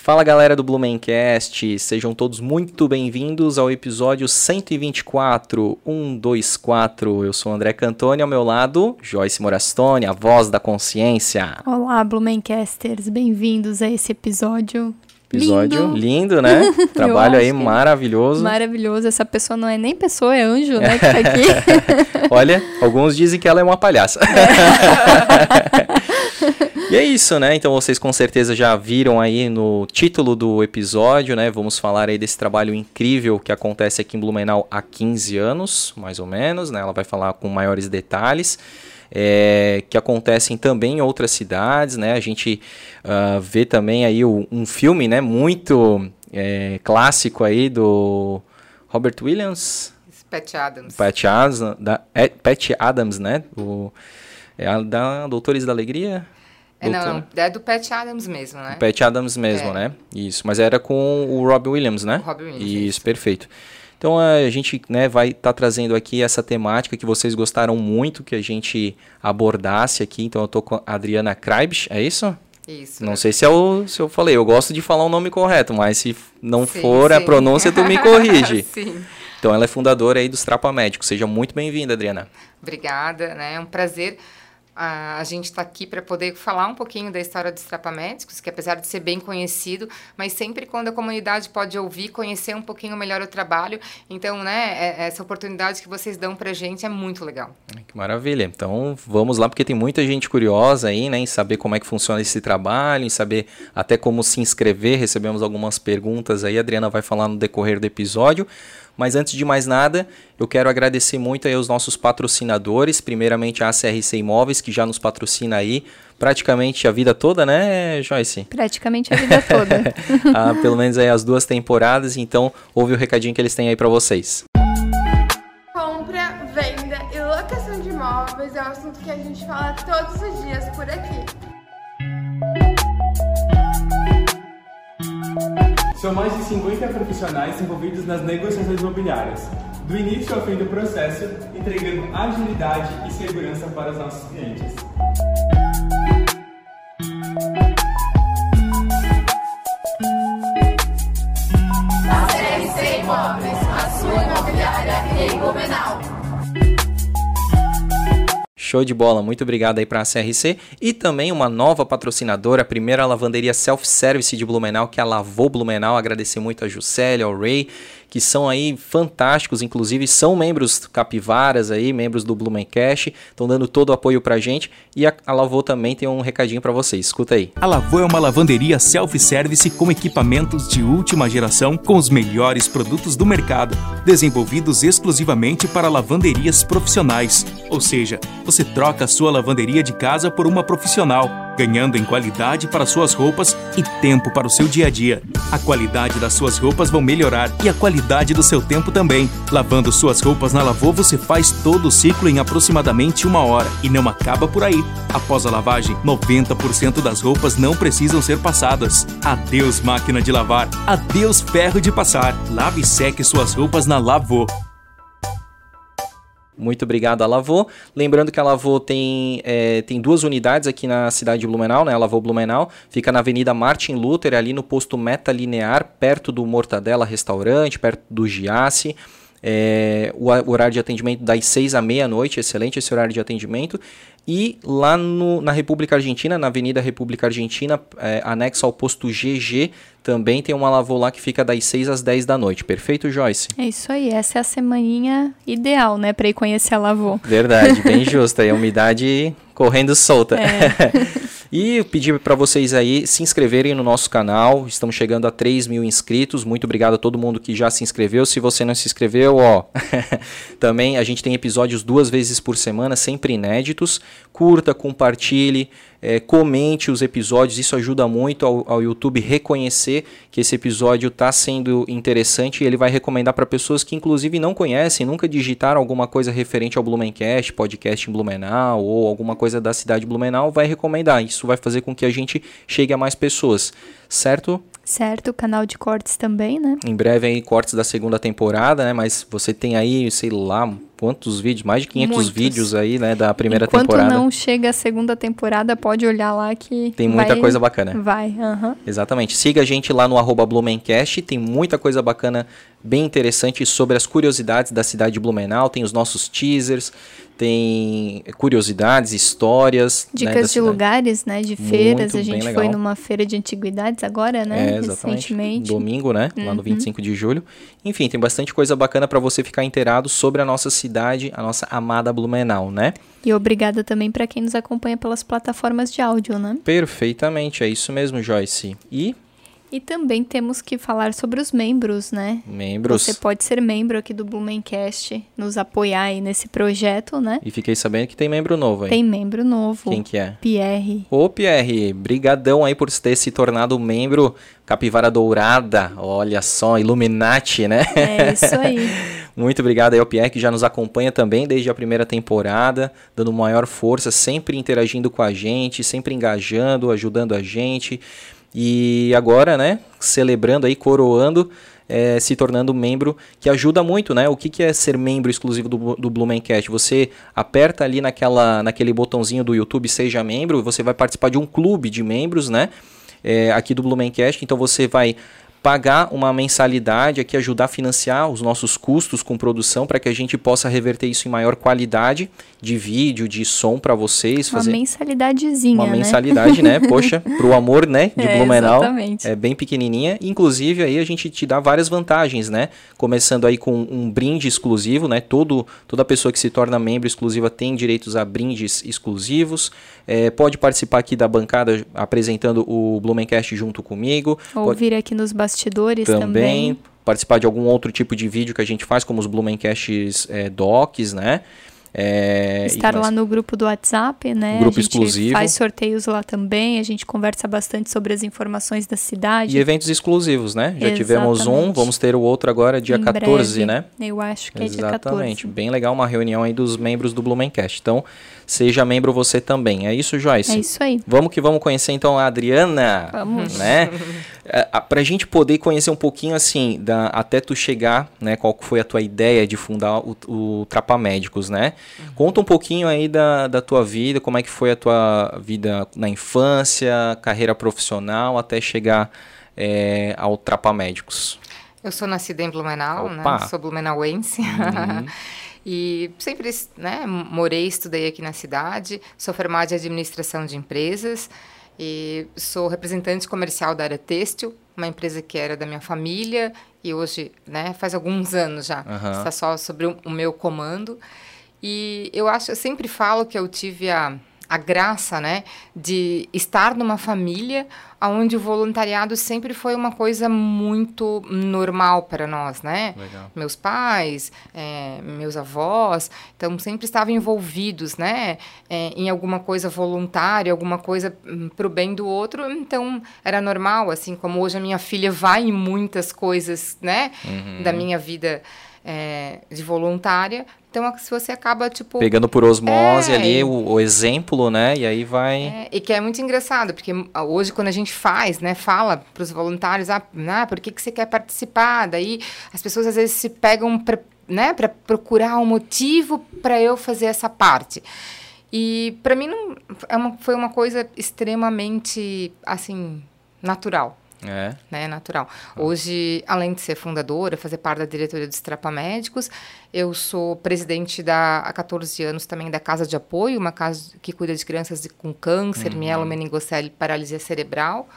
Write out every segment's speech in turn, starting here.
Fala galera do Blumencast, sejam todos muito bem-vindos ao episódio 124, 124. Eu sou o André Cantoni, ao meu lado, Joyce Morastone, a voz da consciência. Olá, Blumencasters, bem-vindos a esse episódio. Episódio lindo, né? Trabalho aí maravilhoso. Maravilhoso, essa pessoa não é nem pessoa, é anjo, né, que tá aqui. Olha, alguns dizem que ela é uma palhaça. E é isso, né? Então vocês com certeza já viram aí no título do episódio, né? Vamos falar aí desse trabalho incrível que acontece aqui em Blumenau há 15 anos, mais ou menos, né? Ela vai falar com maiores detalhes. Que acontecem também em outras cidades, né? A gente vê também aí um filme, né? Muito clássico aí do Robert Williams. Patch Adams. Patch Adams, né? Da Doutores da Alegria. Não, é do Patch Adams mesmo, né? Patch Adams mesmo, né? Isso, mas era com o Robin Williams, né? O Robin Williams. Isso, perfeito. Então a gente, né, vai estar trazendo aqui essa temática que vocês gostaram muito que a gente abordasse aqui. Então eu tô com a Adriana Kreibsch, é isso? Isso. Não sei se eu falei, eu gosto de falar o nome correto, mas se não for a pronúncia, tu me corrige. Sim. Então ela é fundadora aí dos Trapa Médicos. Seja muito bem-vinda, Adriana. Obrigada, né? É um prazer a gente está aqui para poder falar um pouquinho da história dos Trapa Médicos, que apesar de ser bem conhecido, mas sempre quando a comunidade pode ouvir, conhecer um pouquinho melhor o trabalho. Então, né, essa oportunidade que vocês dão para a gente é muito legal. Que maravilha. Então, vamos lá, porque tem muita gente curiosa aí, né, em saber como é que funciona esse trabalho, em saber até como se inscrever. Recebemos algumas perguntas aí, a Adriana vai falar no decorrer do episódio. Mas antes de mais nada, eu quero agradecer muito aí aos nossos patrocinadores, primeiramente a CRC Imóveis, que já nos patrocina aí praticamente a vida toda, né, Joyce? Praticamente a vida toda. Pelo menos aí as 2 temporadas, então ouve o recadinho que eles têm aí para vocês. Compra, venda e locação de imóveis é um assunto que a gente fala todos os dias por aqui. São mais de 50 profissionais envolvidos nas negociações imobiliárias, do início ao fim do processo, entregando agilidade e segurança para os nossos clientes. A CRC Imóveis, a sua imobiliária em Blumenau. Show de bola, muito obrigado aí para a CRC e também uma nova patrocinadora, a primeira lavanderia self-service de Blumenau, que é a Lavô Blumenau. Agradecer muito a Juscelia, ao Ray, que são aí fantásticos, inclusive são membros capivaras aí, membros do Blumencast, estão dando todo o apoio pra gente e a Lavô também tem um recadinho para vocês, escuta aí. A Lavô é uma lavanderia self-service com equipamentos de última geração com os melhores produtos do mercado, desenvolvidos exclusivamente para lavanderias profissionais, ou seja, você troca a sua lavanderia de casa por uma profissional, ganhando em qualidade para suas roupas e tempo para o seu dia a dia. A qualidade das suas roupas vão melhorar e a qualidade do seu tempo também. Lavando suas roupas na Lavô, você faz todo o ciclo em aproximadamente 1 hora e não acaba por aí. Após a lavagem, 90% das roupas não precisam ser passadas. Adeus máquina de lavar, adeus ferro de passar. Lave e seque suas roupas na Lavô. Muito obrigado a Lavô. Lembrando que a Lavô tem 2 unidades aqui na cidade de Blumenau, né? A Lavô Blumenau fica na Avenida Martin Luther, ali no posto Meta Linear, perto do Mortadela Restaurante, perto do Giasse. O horário de atendimento das 6 à meia-noite, excelente esse horário de atendimento. E lá na República Argentina, na Avenida República Argentina, anexo ao posto GG, também tem uma Lavô lá que fica das 6 às 10 da noite. Perfeito, Joyce? É isso aí, essa é a semaninha ideal, né, para ir conhecer a Lavô. Verdade, bem justa, é a umidade correndo solta. E eu pedi para vocês aí se inscreverem no nosso canal, estamos chegando a 3.000 inscritos, muito obrigado a todo mundo que já se inscreveu. Se você não se inscreveu, também a gente tem episódios 2 vezes por semana, sempre inéditos. Curta, compartilhe, comente os episódios, isso ajuda muito ao YouTube reconhecer que esse episódio está sendo interessante e ele vai recomendar para pessoas que inclusive não conhecem, nunca digitaram alguma coisa referente ao Blumencast, podcast em Blumenau ou alguma coisa da cidade de Blumenau, vai recomendar. Isso vai fazer com que a gente chegue a mais pessoas, certo? Certo, canal de cortes também, né? Em breve aí cortes da 2ª temporada, né? Mas você tem aí, sei lá, quantos vídeos? Mais de 500 Muitos. vídeos aí, né, da primeira temporada. Enquanto não chega a segunda temporada, pode olhar lá que tem muita coisa bacana. Vai, Exatamente. Siga a gente lá no @Blumencast, tem muita coisa bacana, bem interessante sobre as curiosidades da cidade de Blumenau, tem os nossos teasers, tem curiosidades, histórias. Dicas de lugares, né, de feiras. Muito A gente foi numa feira de antiguidades agora, né, recentemente. Domingo, né, lá no 25 de julho. Enfim, tem bastante coisa bacana para você ficar inteirado sobre a nossa cidade, a nossa amada Blumenau, né? E obrigada também para quem nos acompanha pelas plataformas de áudio, né? Perfeitamente, é isso mesmo, Joyce. E também temos que falar sobre os membros, né? Membros. Você pode ser membro aqui do Blumencast, nos apoiar aí nesse projeto, né? E fiquei sabendo que tem membro novo aí. Tem membro novo. Quem que é? Pierre. Ô, Pierre, brigadão aí por ter se tornado membro Capivara Dourada. Olha só, Illuminati, né? É isso aí. Muito obrigado aí ao Pierre, que já nos acompanha também desde a primeira temporada, dando maior força, sempre interagindo com a gente, sempre engajando, ajudando a gente. E agora, né, celebrando aí, coroando, se tornando membro, que ajuda muito, né? O que é ser membro exclusivo do Blumencast? Você aperta ali naquele botãozinho do YouTube, seja membro, e você vai participar de um clube de membros, né? Aqui do Blumencast, então você vai pagar uma mensalidade aqui, ajudar a financiar os nossos custos com produção para que a gente possa reverter isso em maior qualidade de vídeo, de som para vocês. Uma mensalidadezinha, uma mensalidade, né? Poxa, pro amor, né, de Blumenau. Exatamente. É bem pequenininha. Inclusive, aí a gente te dá várias vantagens, né? Começando aí com um brinde exclusivo, né? Toda pessoa que se torna membro exclusiva tem direitos a brindes exclusivos. Pode participar aqui da bancada apresentando o Blumencast junto comigo. Ouvir aqui nos bastidores também. Participar de algum outro tipo de vídeo que a gente faz, como os Blumencasts Docs, né? Estar lá no grupo do WhatsApp, né? Grupo a gente exclusivo. faz sorteios lá também, a gente conversa bastante sobre as informações da cidade. E eventos exclusivos, né? Já tivemos um, vamos ter o outro agora dia 14, breve, né? Eu acho que é dia 14. Exatamente, bem legal, uma reunião aí dos membros do Blumencast. Então, seja membro você também. É isso, Joyce? É isso aí. Vamos que vamos conhecer então a Adriana. Vamos. Né? Pra gente poder conhecer um pouquinho assim, até tu chegar, né? Qual foi a tua ideia de fundar o Trapamédicos, né? Conta um pouquinho aí da tua vida, como é que foi a tua vida na infância, carreira profissional, até chegar ao Trapamédicos. Eu sou nascida em Blumenau, né? Sou blumenauense. E sempre, né, morei, estudei aqui na cidade, sou formada em administração de empresas e sou representante comercial da área têxtil, uma empresa que era da minha família e hoje, né, faz alguns anos já, está só sobre o meu comando. E eu sempre falo que eu tive a graça, né, de estar numa família onde o voluntariado sempre foi uma coisa muito normal para nós, né? Legal. Meus pais, meus avós, então sempre estavam envolvidos, né, em alguma coisa voluntária, alguma coisa para o bem do outro, então era normal, assim como hoje a minha filha vai em muitas coisas, né, da minha vida de voluntária. Então, se você acaba, tipo... pegando por osmose ali o exemplo, né? E aí vai... e que é muito engraçado, porque hoje, quando a gente faz, né? Fala para os voluntários, por que você quer participar? Daí, as pessoas, às vezes, se pegam para procurar um motivo para eu fazer essa parte. E, para mim, foi uma coisa extremamente, assim, natural. Né, natural. Hoje, além de ser fundadora, fazer parte da diretoria dos Trapamédicos, eu sou presidente há 14 anos também da Casa de Apoio, uma casa que cuida de crianças com câncer, mielomeningocele e paralisia cerebral,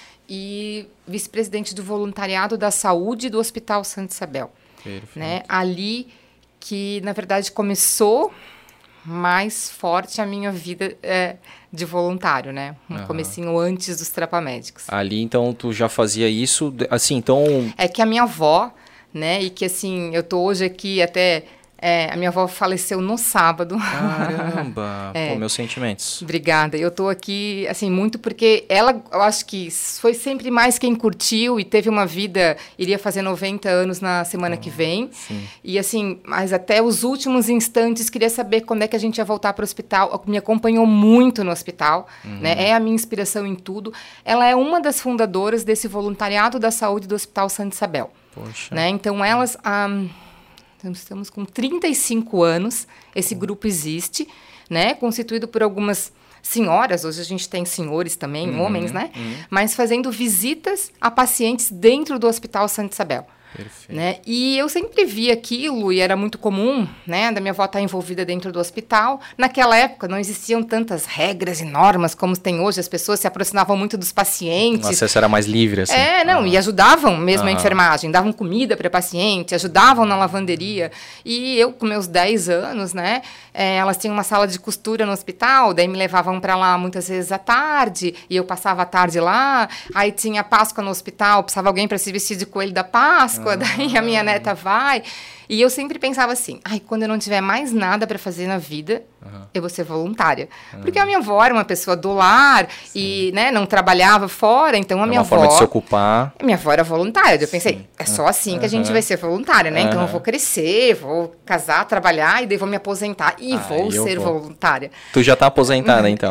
e vice-presidente do voluntariado da saúde do Hospital Santa Isabel. Né? Ali que, na verdade, começou mais forte a minha vida de voluntário, né? Um comecinho antes dos Trapamédicos. Ali, então, tu já fazia isso, assim, então... É que a minha avó, né? E que, assim, eu tô hoje aqui até... a minha avó faleceu no sábado. Caramba! Pô, meus sentimentos. Obrigada. Eu tô aqui, assim, muito porque ela, eu acho que foi sempre mais quem curtiu e teve uma vida, iria fazer 90 anos na semana que vem. Sim. E, assim, mas até os últimos instantes, queria saber quando é que a gente ia voltar para o hospital. Me acompanhou muito no hospital, né? É a minha inspiração em tudo. Ela é uma das fundadoras desse voluntariado da saúde do Hospital Santa Isabel. Poxa. Né? Então, elas... Então, estamos com 35 anos, esse grupo existe, né? Constituído por algumas senhoras, hoje a gente tem senhores também, homens, né? Mas fazendo visitas a pacientes dentro do Hospital Santa Isabel. Perfeito. Né? E eu sempre vi aquilo, e era muito comum, né, da minha avó estar envolvida dentro do hospital. Naquela época não existiam tantas regras e normas como tem hoje, as pessoas se aproximavam muito dos pacientes. O acesso era mais livre, assim. E ajudavam mesmo a enfermagem, davam comida para paciente, ajudavam na lavanderia. E eu, com meus 10 anos, né, elas tinham uma sala de costura no hospital, daí me levavam para lá muitas vezes à tarde, e eu passava a tarde lá. Aí tinha Páscoa no hospital, precisava alguém para se vestir de coelho da Páscoa. Daí a minha neta vai. E eu sempre pensava assim, quando eu não tiver mais nada para fazer na vida, eu vou ser voluntária. Porque a minha avó era uma pessoa do lar e, né, não trabalhava fora, então a minha avó... forma de se ocupar. Minha avó era voluntária. Eu pensei, é só assim que a gente vai ser voluntária, né? Então eu vou crescer, vou casar, trabalhar e daí vou me aposentar e vou ser voluntária. Tu já tá aposentada, então.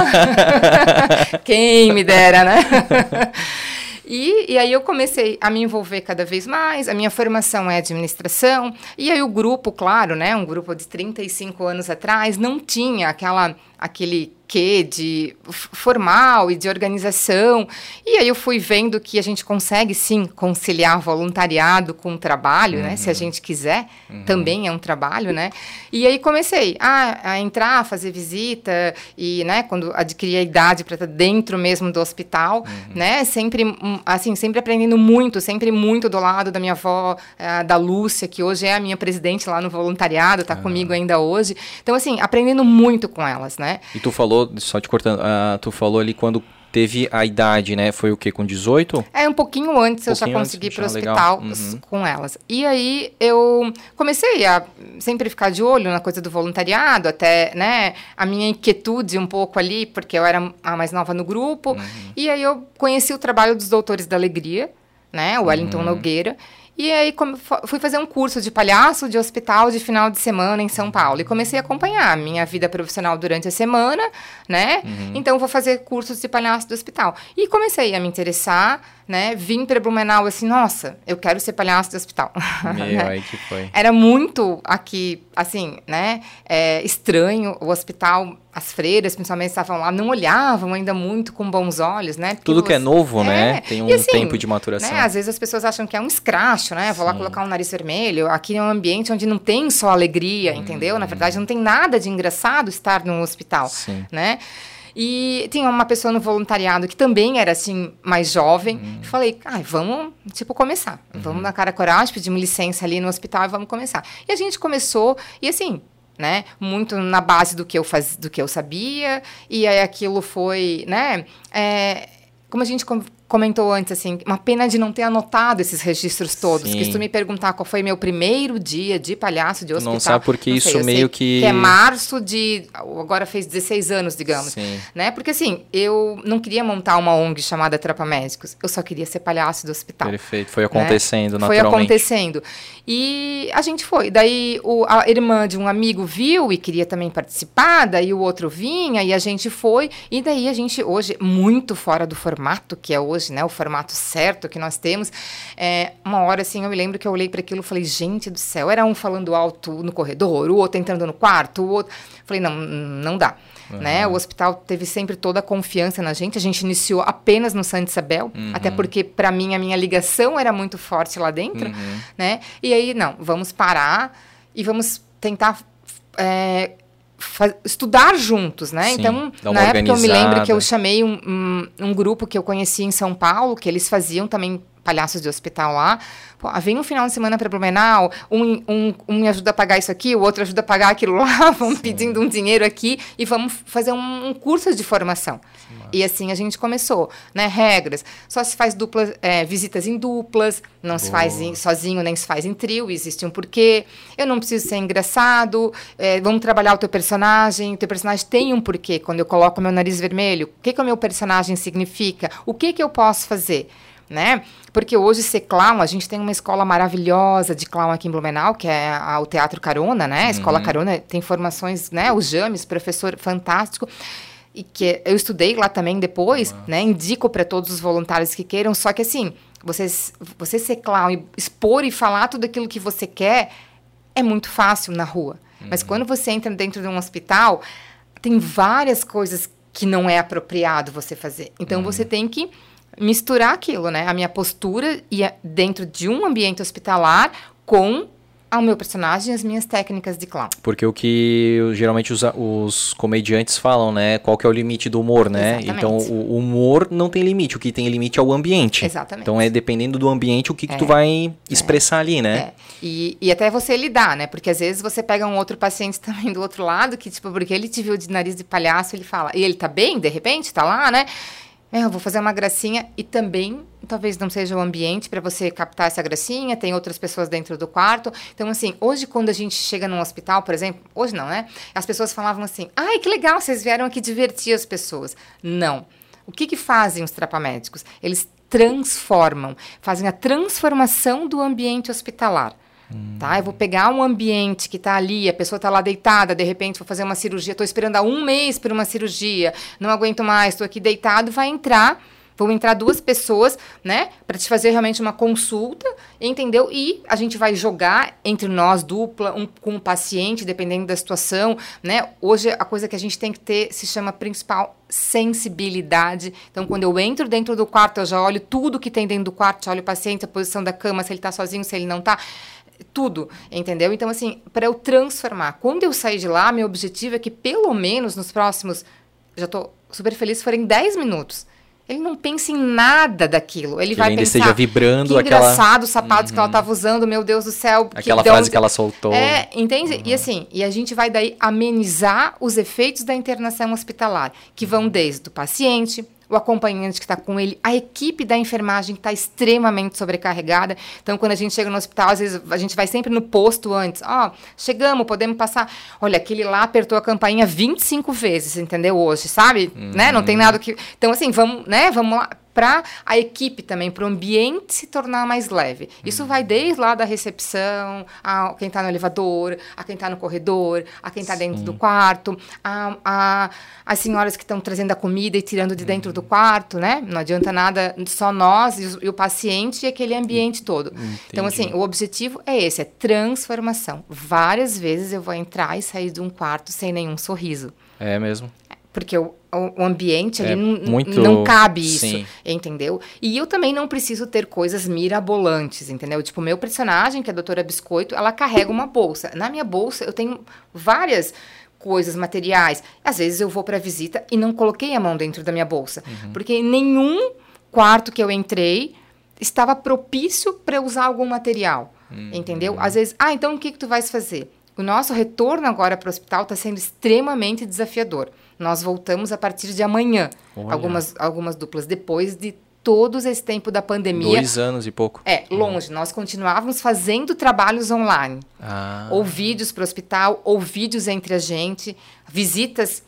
Quem me dera, né? E aí eu comecei a me envolver cada vez mais, a minha formação é administração, e aí o grupo, claro, né, um grupo de 35 anos atrás, não tinha aquele quê de formal e de organização, e aí eu fui vendo que a gente consegue, sim, conciliar voluntariado com o trabalho, né, se a gente quiser, também é um trabalho, né, e aí comecei a entrar, a fazer visita, e, né, quando adquiri a idade para estar dentro mesmo do hospital, né, sempre aprendendo muito, sempre muito do lado da minha avó, da Lúcia, que hoje é a minha presidente lá no voluntariado, está comigo ainda hoje, então, assim, aprendendo muito com elas, né. E tu falou, só te cortando, tu falou ali quando teve a idade, né? Foi o quê? Com 18? Um pouquinho antes eu já consegui ir para o hospital com elas. E aí eu comecei a sempre ficar de olho na coisa do voluntariado, até, né, a minha inquietude um pouco ali, porque eu era a mais nova no grupo. E aí eu conheci o trabalho dos Doutores da Alegria, né? O Wellington Nogueira. E aí fui fazer um curso de palhaço de hospital de final de semana em São Paulo. E comecei a acompanhar a minha vida profissional durante a semana, né? Então, vou fazer cursos de palhaço do hospital. E comecei a me interessar, né? Vim para Blumenau assim, nossa, eu quero ser palhaço do hospital. Aí que foi. Era muito aqui, assim, né? Estranho, o hospital... As freiras, principalmente, estavam lá, não olhavam ainda muito com bons olhos, né? Tudo que é novo, né? Tem um tempo de maturação. Né? Às vezes as pessoas acham que é um escracho, né? Vou lá colocar um nariz vermelho. Aqui é um ambiente onde não tem só alegria, entendeu? Na verdade, não tem nada de engraçado estar num hospital, né? E tinha uma pessoa no voluntariado que também era, assim, mais jovem. Falei, vamos, começar. Vamos na cara coragem, pedimos licença ali no hospital e vamos começar. E a gente começou, e assim... né? Muito na base do que eu sabia, e aí aquilo foi, né? Como a gente comentou antes, assim, uma pena de não ter anotado esses registros todos. Que se tu me perguntar qual foi meu primeiro dia de palhaço de hospital... Não sabe porque isso meio que... é março de... Agora fez 16 anos, digamos. Né? Porque, assim, eu não queria montar uma ONG chamada Trapa Médicos. Eu só queria ser palhaço do hospital. Perfeito. Foi acontecendo, né? naturalmente. Foi acontecendo. E a gente foi. Daí, a irmã de um amigo viu e queria também participar. Daí, o outro vinha e a gente foi. E daí, a gente, hoje, muito fora do formato que é hoje, né, o formato certo que nós temos, uma hora assim, eu me lembro que eu olhei para aquilo e falei, gente do céu, era um falando alto no corredor, o outro entrando no quarto, o outro, falei, não dá, né, o hospital teve sempre toda a confiança na gente, a gente iniciou apenas no Santa Isabel, até porque para mim a minha ligação era muito forte lá dentro, né, e aí, não, vamos parar e vamos tentar estudar juntos, né? Sim, então, na época eu me lembro que eu chamei um grupo que eu conheci em São Paulo, que eles faziam também palhaços de hospital lá. Pô, vem um final de semana para Blumenau, um me ajuda a pagar isso aqui, o outro ajuda a pagar aquilo lá, vamos pedindo um dinheiro aqui e vamos fazer um curso de formação. E assim a gente começou, né? Regras, só se faz duplas, visitas em duplas, não se faz sozinho, nem se faz em trio, existe um porquê. Eu não preciso ser engraçado, vamos trabalhar o teu personagem tem um porquê. Quando eu coloco meu nariz vermelho, o que o meu personagem significa? O que eu posso fazer? Né? Porque hoje ser clown, a gente tem uma escola maravilhosa de clown aqui em Blumenau, que é o Teatro Carona, né? A Escola Carona tem formações, né? O James, professor fantástico, e que eu estudei lá também depois, né? Indico para todos os voluntários que queiram, só que assim, você ser clown e expor e falar tudo aquilo que você quer é muito fácil na rua. Mas quando você entra dentro de um hospital, tem várias coisas que não é apropriado você fazer. Então, você tem que misturar aquilo, né? A minha postura dentro de um ambiente hospitalar com o meu personagem e as minhas técnicas de clown. Porque o que geralmente os comediantes falam, né? Qual que é o limite do humor, né? Exatamente. Então, o humor não tem limite. O que tem limite é o ambiente. Exatamente. Então, dependendo do ambiente, o que tu vai expressar ali, né? E até você lidar, né? Porque às vezes você pega um outro paciente também do outro lado, que tipo, porque ele te viu de nariz de palhaço, ele fala, e ele tá bem, de repente, tá lá, né? Eu vou fazer uma gracinha e também talvez não seja o ambiente para você captar essa gracinha, tem outras pessoas dentro do quarto. Então, assim, hoje quando a gente chega num hospital, por exemplo, hoje não, né? As pessoas falavam assim, ai, que legal, vocês vieram aqui divertir as pessoas. Não. O que fazem os trapamédicos? Eles transformam, fazem a transformação do ambiente hospitalar. Tá? Eu vou pegar um ambiente que está ali, a pessoa está lá deitada, de repente vou fazer uma cirurgia, estou esperando há 1 mês por uma cirurgia, não aguento mais, estou aqui deitado, vão entrar 2 pessoas, né, para te fazer realmente uma consulta, entendeu? E a gente vai jogar entre nós, dupla, com o paciente, dependendo da situação, né? Hoje a coisa que a gente tem que ter se chama principal sensibilidade. Então, quando eu entro dentro do quarto, eu já olho tudo que tem dentro do quarto, já olho o paciente, a posição da cama, se ele está sozinho, se ele não está, tudo, entendeu? Então, assim, para eu transformar. Quando eu sair de lá, meu objetivo é que pelo menos nos próximos, já estou super feliz, se forem 10 minutos, ele não pensa em nada daquilo. Ele vai ainda pensar, esteja vibrando que engraçado aquela... os sapatos que ela estava usando, meu Deus do céu. Aquela frase que ela soltou. Entende? E assim, e a gente vai daí amenizar os efeitos da internação hospitalar, que vão desde o paciente, o acompanhante que está com ele, a equipe da enfermagem que está extremamente sobrecarregada. Então, quando a gente chega no hospital, às vezes a gente vai sempre no posto antes. Chegamos, podemos passar. Olha, aquele lá apertou a campainha 25 vezes, entendeu? Hoje, sabe? Né? Não tem nada que... Então, assim, vamos lá. Para a equipe também, para o ambiente se tornar mais leve. Isso vai desde lá da recepção, a quem está no elevador, a quem está no corredor, a quem está dentro do quarto, as senhoras que estão trazendo a comida e tirando de dentro do quarto, né? Não adianta nada, só nós e o paciente e aquele ambiente todo. Entendi. Então, assim, o objetivo é esse, é transformação. Várias vezes eu vou entrar e sair de um quarto sem nenhum sorriso. É mesmo? Porque o ambiente ali não cabe isso, entendeu? E eu também não preciso ter coisas mirabolantes, entendeu? Tipo, o meu personagem, que é a doutora Biscoito, ela carrega uma bolsa. Na minha bolsa eu tenho várias coisas, materiais. Às vezes eu vou para visita e não coloquei a mão dentro da minha bolsa. Porque nenhum quarto que eu entrei estava propício para eu usar algum material, entendeu? Às vezes, então o que tu vais fazer? O nosso retorno agora para o hospital está sendo extremamente desafiador. Nós voltamos a partir de amanhã. Algumas duplas depois de todo esse tempo da pandemia. 2 anos e pouco. Longe. Nós continuávamos fazendo trabalhos online. Ou vídeos para o hospital, ou vídeos entre a gente, visitas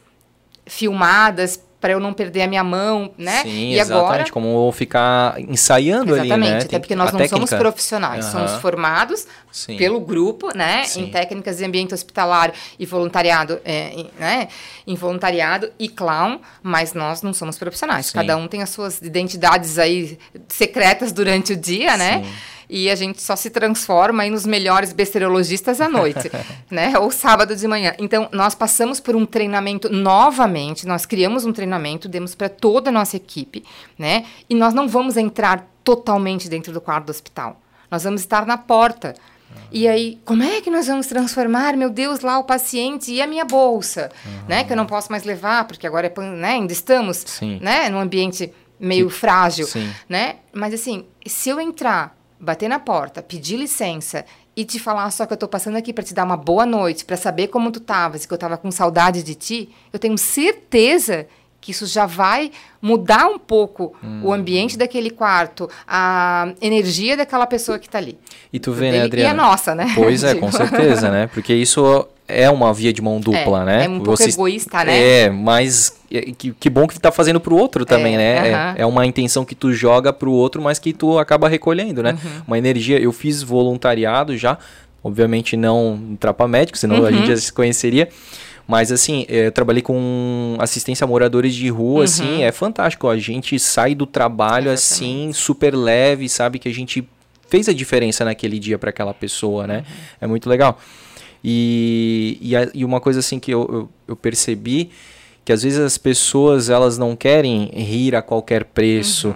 filmadas para eu não perder a minha mão, né? Sim, exatamente, agora... como ficar ensaiando ali, né? Exatamente, até porque nós não somos profissionais, somos formados pelo grupo, né? Em técnicas de ambiente hospitalar e voluntariado, né? Em voluntariado e clown, mas nós não somos profissionais. Cada um tem as suas identidades aí secretas durante o dia, né? E a gente só se transforma aí nos melhores bacteriologistas à noite, né? Ou sábado de manhã. Então, nós passamos por um treinamento novamente, nós criamos um treinamento, demos para toda a nossa equipe, né? E nós não vamos entrar totalmente dentro do quarto do hospital. Nós vamos estar na porta. E aí, como é que nós vamos transformar, meu Deus, lá o paciente e a minha bolsa, né? Que eu não posso mais levar, porque agora né? Ainda estamos, né? Num ambiente meio frágil, né? Mas assim, se eu entrar, bater na porta, pedir licença e te falar só que eu tô passando aqui para te dar uma boa noite, para saber como tu tavas, que eu tava com saudade de ti, eu tenho certeza que isso já vai mudar um pouco o ambiente daquele quarto, a energia daquela pessoa que tá ali. E tu vê, né, Adriana? E a nossa, né? Pois é, com certeza, né? Porque isso é uma via de mão dupla, né? É um pouco egoísta, né? Mas que bom que tu tá fazendo pro outro também, né? É uma intenção que tu joga pro outro, mas que tu acaba recolhendo, né? Uma energia. Eu fiz voluntariado já, obviamente não no Trapamédico, senão a gente já se conheceria. Mas, assim, eu trabalhei com assistência a moradores de rua, assim, é fantástico. A gente sai do trabalho, assim, super leve, sabe? Que a gente fez a diferença naquele dia para aquela pessoa, né? É muito legal. E uma coisa assim que eu percebi, que às vezes as pessoas elas não querem rir a qualquer preço.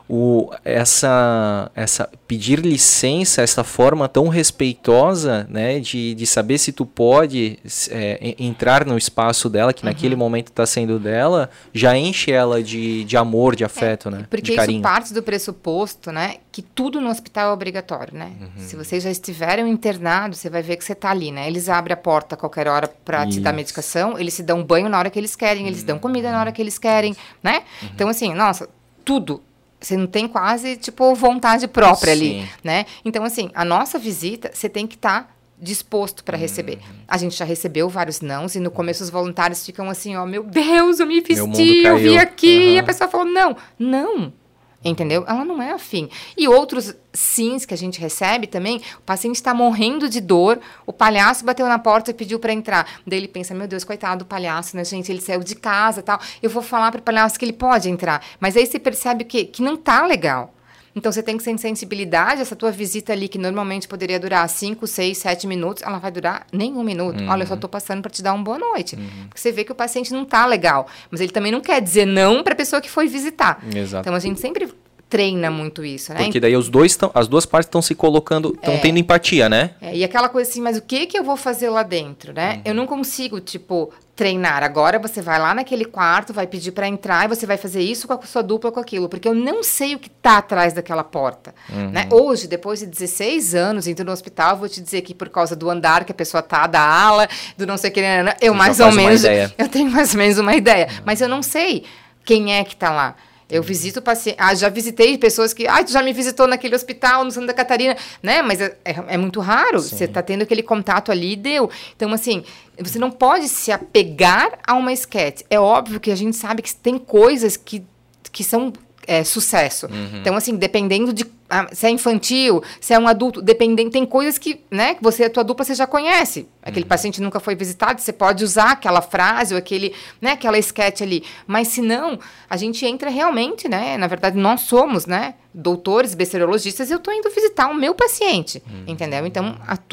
Essa pedir licença, essa forma tão respeitosa, né, de saber se tu pode entrar no espaço dela, que naquele momento está sendo dela, já enche ela de amor, de afeto, né? Porque de carinho. Isso parte do pressuposto, né, que tudo no hospital é obrigatório, né? Se vocês já estiveram internados, você vai ver que você está ali, né? Eles abrem a porta a qualquer hora para te dar medicação, eles se dão banho na hora que eles querem, eles dão comida na hora que eles querem, né? Então, assim, nossa, tudo. Você não tem quase, tipo, vontade própria ali, né? Então, assim, a nossa visita, você tem que estar disposto para receber. A gente já recebeu vários nãos e no começo os voluntários ficam assim, ó, meu Deus, eu me vesti, eu vim aqui. E a pessoa falou, não. Entendeu? Ela não é afim. E outros sims que a gente recebe também, o paciente está morrendo de dor, o palhaço bateu na porta e pediu para entrar. Daí ele pensa, meu Deus, coitado do palhaço, né, gente? Ele saiu de casa e tal. Eu vou falar para o palhaço que ele pode entrar. Mas aí você percebe que não tá legal. Então, você tem que ter sensibilidade, essa tua visita ali, que normalmente poderia durar 5, 6, 7 minutos, ela vai durar nem 1 minuto. Olha, eu só estou passando para te dar uma boa noite. Porque você vê que o paciente não está legal. Mas ele também não quer dizer não para a pessoa que foi visitar. Exato. Então, a gente sempre treina muito isso, né? Porque daí as duas partes estão se colocando, estão tendo empatia, né? E aquela coisa assim, mas o que eu vou fazer lá dentro, né? Eu não consigo, tipo, treinar. Agora você vai lá naquele quarto, vai pedir para entrar e você vai fazer isso com a sua dupla, com aquilo. Porque eu não sei o que tá atrás daquela porta, né? Hoje, depois de 16 anos indo no hospital, eu vou te dizer que por causa do andar que a pessoa tá, da ala, do não sei o que, eu mais ou menos, eu tenho mais ou menos uma ideia. Mas eu não sei quem é que tá lá. Eu visito pacientes... já visitei pessoas que... tu já me visitou naquele hospital no Santa Catarina, né? Mas é muito raro. Sim. Você está tendo aquele contato ali e deu. Então, assim, você não pode se apegar a uma esquete. É óbvio que a gente sabe que tem coisas que são sucesso. Então, assim, dependendo de... se é infantil, se é um adulto, dependendo... Tem coisas que, né? Que você, a tua dupla, você já conhece. Aquele paciente nunca foi visitado, você pode usar aquela frase ou aquele, né, aquela esquete ali. Mas, se não, a gente entra realmente, né? Na verdade, nós somos, né? Doutores, bacteriologistas, e eu estou indo visitar o meu paciente. Entendeu? Então,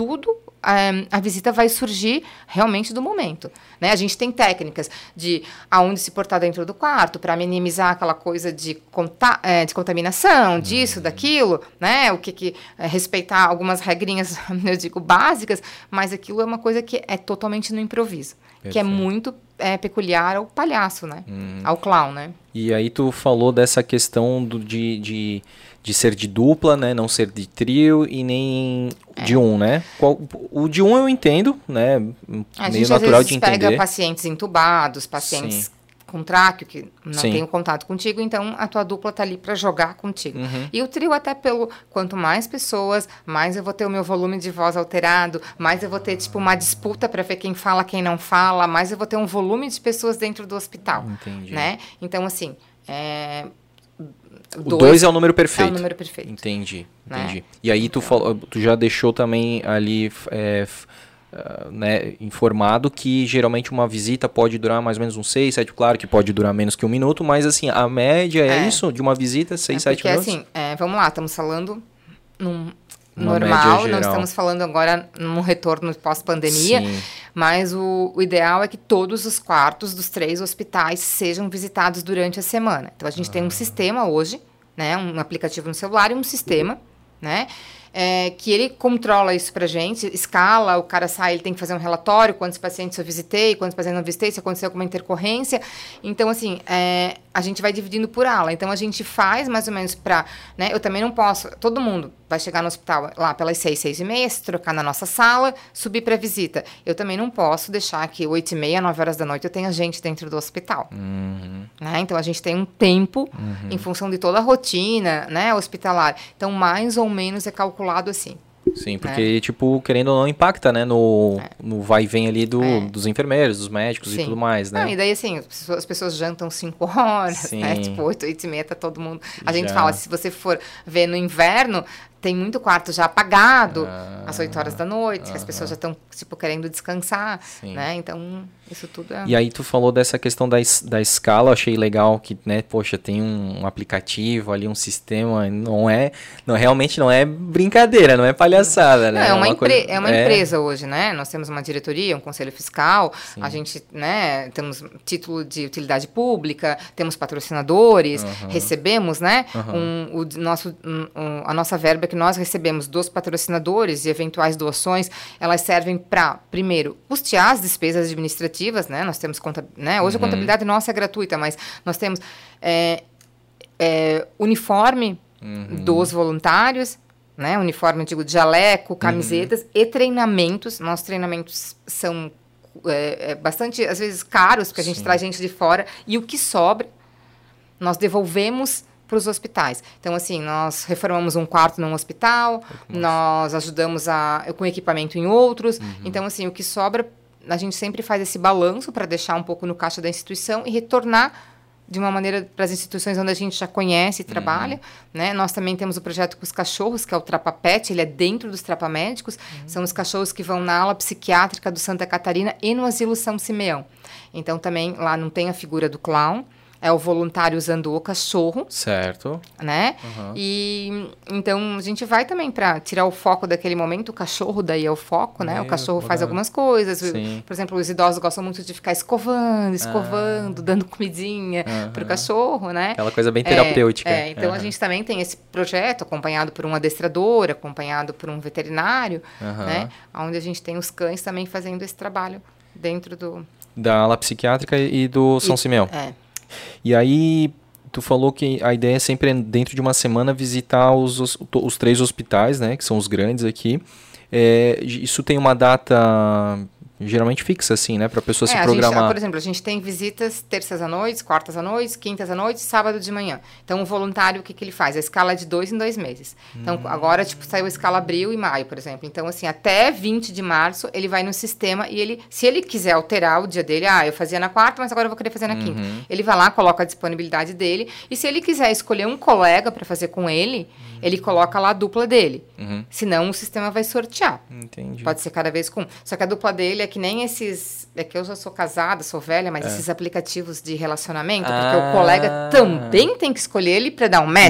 a visita vai surgir realmente do momento, né? A gente tem técnicas de aonde se portar dentro do quarto para minimizar aquela coisa de contaminação, disso, daquilo, né? O que respeitar algumas regrinhas, eu digo, básicas, mas aquilo é uma coisa que é totalmente no improviso, que é muito peculiar ao palhaço, né? Ao clown, né? E aí tu falou dessa questão de ser de dupla, né? Não ser de trio e nem de um, né? O de um eu entendo, né? A meio gente natural às vezes de entender. pega pacientes entubados, pacientes com tráqueo, que não tem o contato contigo, então a tua dupla tá ali para jogar contigo. E o trio até quanto mais pessoas, mais eu vou ter o meu volume de voz alterado, mais eu vou ter, tipo, uma disputa para ver quem fala, quem não fala, mais eu vou ter um volume de pessoas dentro do hospital. Entendi. Né? Então, assim... O 2 é o número perfeito. É o número perfeito. Entendi. Né? E aí tu já deixou também ali né, informado que geralmente uma visita pode durar mais ou menos uns 6, 7, claro que pode durar menos que 1 minuto, mas assim, a média é isso, de uma visita, 6, 7 minutos? Porque assim, vamos lá, estamos falando normal, não estamos falando agora num retorno pós-pandemia, mas o ideal é que todos os quartos dos 3 hospitais sejam visitados durante a semana. Então, a gente tem um sistema hoje, né, um aplicativo no celular e um sistema, né, que ele controla isso pra gente, escala, o cara sai, ele tem que fazer um relatório, quantos pacientes eu visitei, quantos pacientes não visitei, se aconteceu alguma intercorrência. Então, assim, a gente vai dividindo por ala. Então, a gente faz mais ou menos né, eu também não posso, todo mundo vai chegar no hospital lá pelas 6, 6h30, se trocar na nossa sala, subir para visita. Eu também não posso deixar que 8h30, 9 horas da noite eu tenha gente dentro do hospital. Né? Então, a gente tem um tempo em função de toda a rotina, né, hospitalar. Então, mais ou menos é calculado assim. Sim, porque, tipo, querendo ou não, impacta, né, no vai e vem ali dos enfermeiros, dos médicos e tudo mais, né? E daí, assim, as pessoas jantam 5 horas, né? Tipo, 8, 8h30 tá todo mundo... A gente fala, se você for ver no inverno, tem muito quarto já apagado às 8 horas da noite, que as pessoas já estão, tipo, querendo descansar, né? Então, isso tudo é... E aí tu falou dessa questão da escala, achei legal que, né, poxa, tem um aplicativo ali, um sistema, realmente não é brincadeira, não é palhaçada, né? Não, é uma empresa hoje, né? Nós temos uma diretoria, um conselho fiscal, a gente, né, temos título de utilidade pública, temos patrocinadores, recebemos, né, a nossa verba que nós recebemos dos patrocinadores e eventuais doações, elas servem para, primeiro, custear as despesas administrativas, né? Nós temos né? Hoje a contabilidade nossa é gratuita, mas nós temos uniforme dos voluntários, né? Uniforme, digo, de jaleco, camisetas e treinamentos. Nossos treinamentos são bastante, às vezes, caros, porque a gente traz gente de fora, e o que sobra, nós devolvemos para os hospitais. Então, assim, nós reformamos um quarto num hospital, nós ajudamos com equipamento em outros. Então, assim, o que sobra, a gente sempre faz esse balanço para deixar um pouco no caixa da instituição e retornar de uma maneira para as instituições onde a gente já conhece e trabalha, né? Nós também temos o projeto com os cachorros, que é o Trapapet, ele é dentro dos Trapamédicos, são os cachorros que vão na ala psiquiátrica do Santa Catarina e no Asilo São Simeão. Então, também, lá não tem a figura do clown, é o voluntário usando o cachorro. Certo. Né? E então a gente vai também para tirar o foco daquele momento. O cachorro daí é o foco, né? O cachorro faz algumas coisas. Por exemplo, os idosos gostam muito de ficar escovando, dando comidinha pro cachorro, né? Aquela coisa bem terapêutica. Então a gente também tem esse projeto acompanhado por um adestrador, acompanhado por um veterinário, né? Onde a gente tem os cães também fazendo esse trabalho dentro da ala psiquiátrica e do São Simeão. E aí, tu falou que a ideia é sempre, dentro de uma semana, visitar os 3 hospitais, né? Que são os grandes aqui. Isso tem uma data geralmente fixa, assim, né? Para a pessoa se programar. Por exemplo, a gente tem visitas terças à noite, quartas à noite, quintas à noite, sábado de manhã. Então, o voluntário, o que ele faz? A escala é de 2 em 2 meses. Então, agora, saiu a escala abril e maio, por exemplo. Então, assim, até 20 de março, ele vai no sistema e se ele quiser alterar o dia dele, eu fazia na quarta, mas agora eu vou querer fazer na quinta. Ele vai lá, coloca a disponibilidade dele, e se ele quiser escolher um colega para fazer com ele, ele coloca lá a dupla dele. Senão, o sistema vai sortear. Entendi. Pode ser cada vez com um. Só que a dupla dele é que nem esses... É que eu já sou casada, sou velha, mas esses aplicativos de relacionamento, porque o colega também tem que escolher ele para dar um match.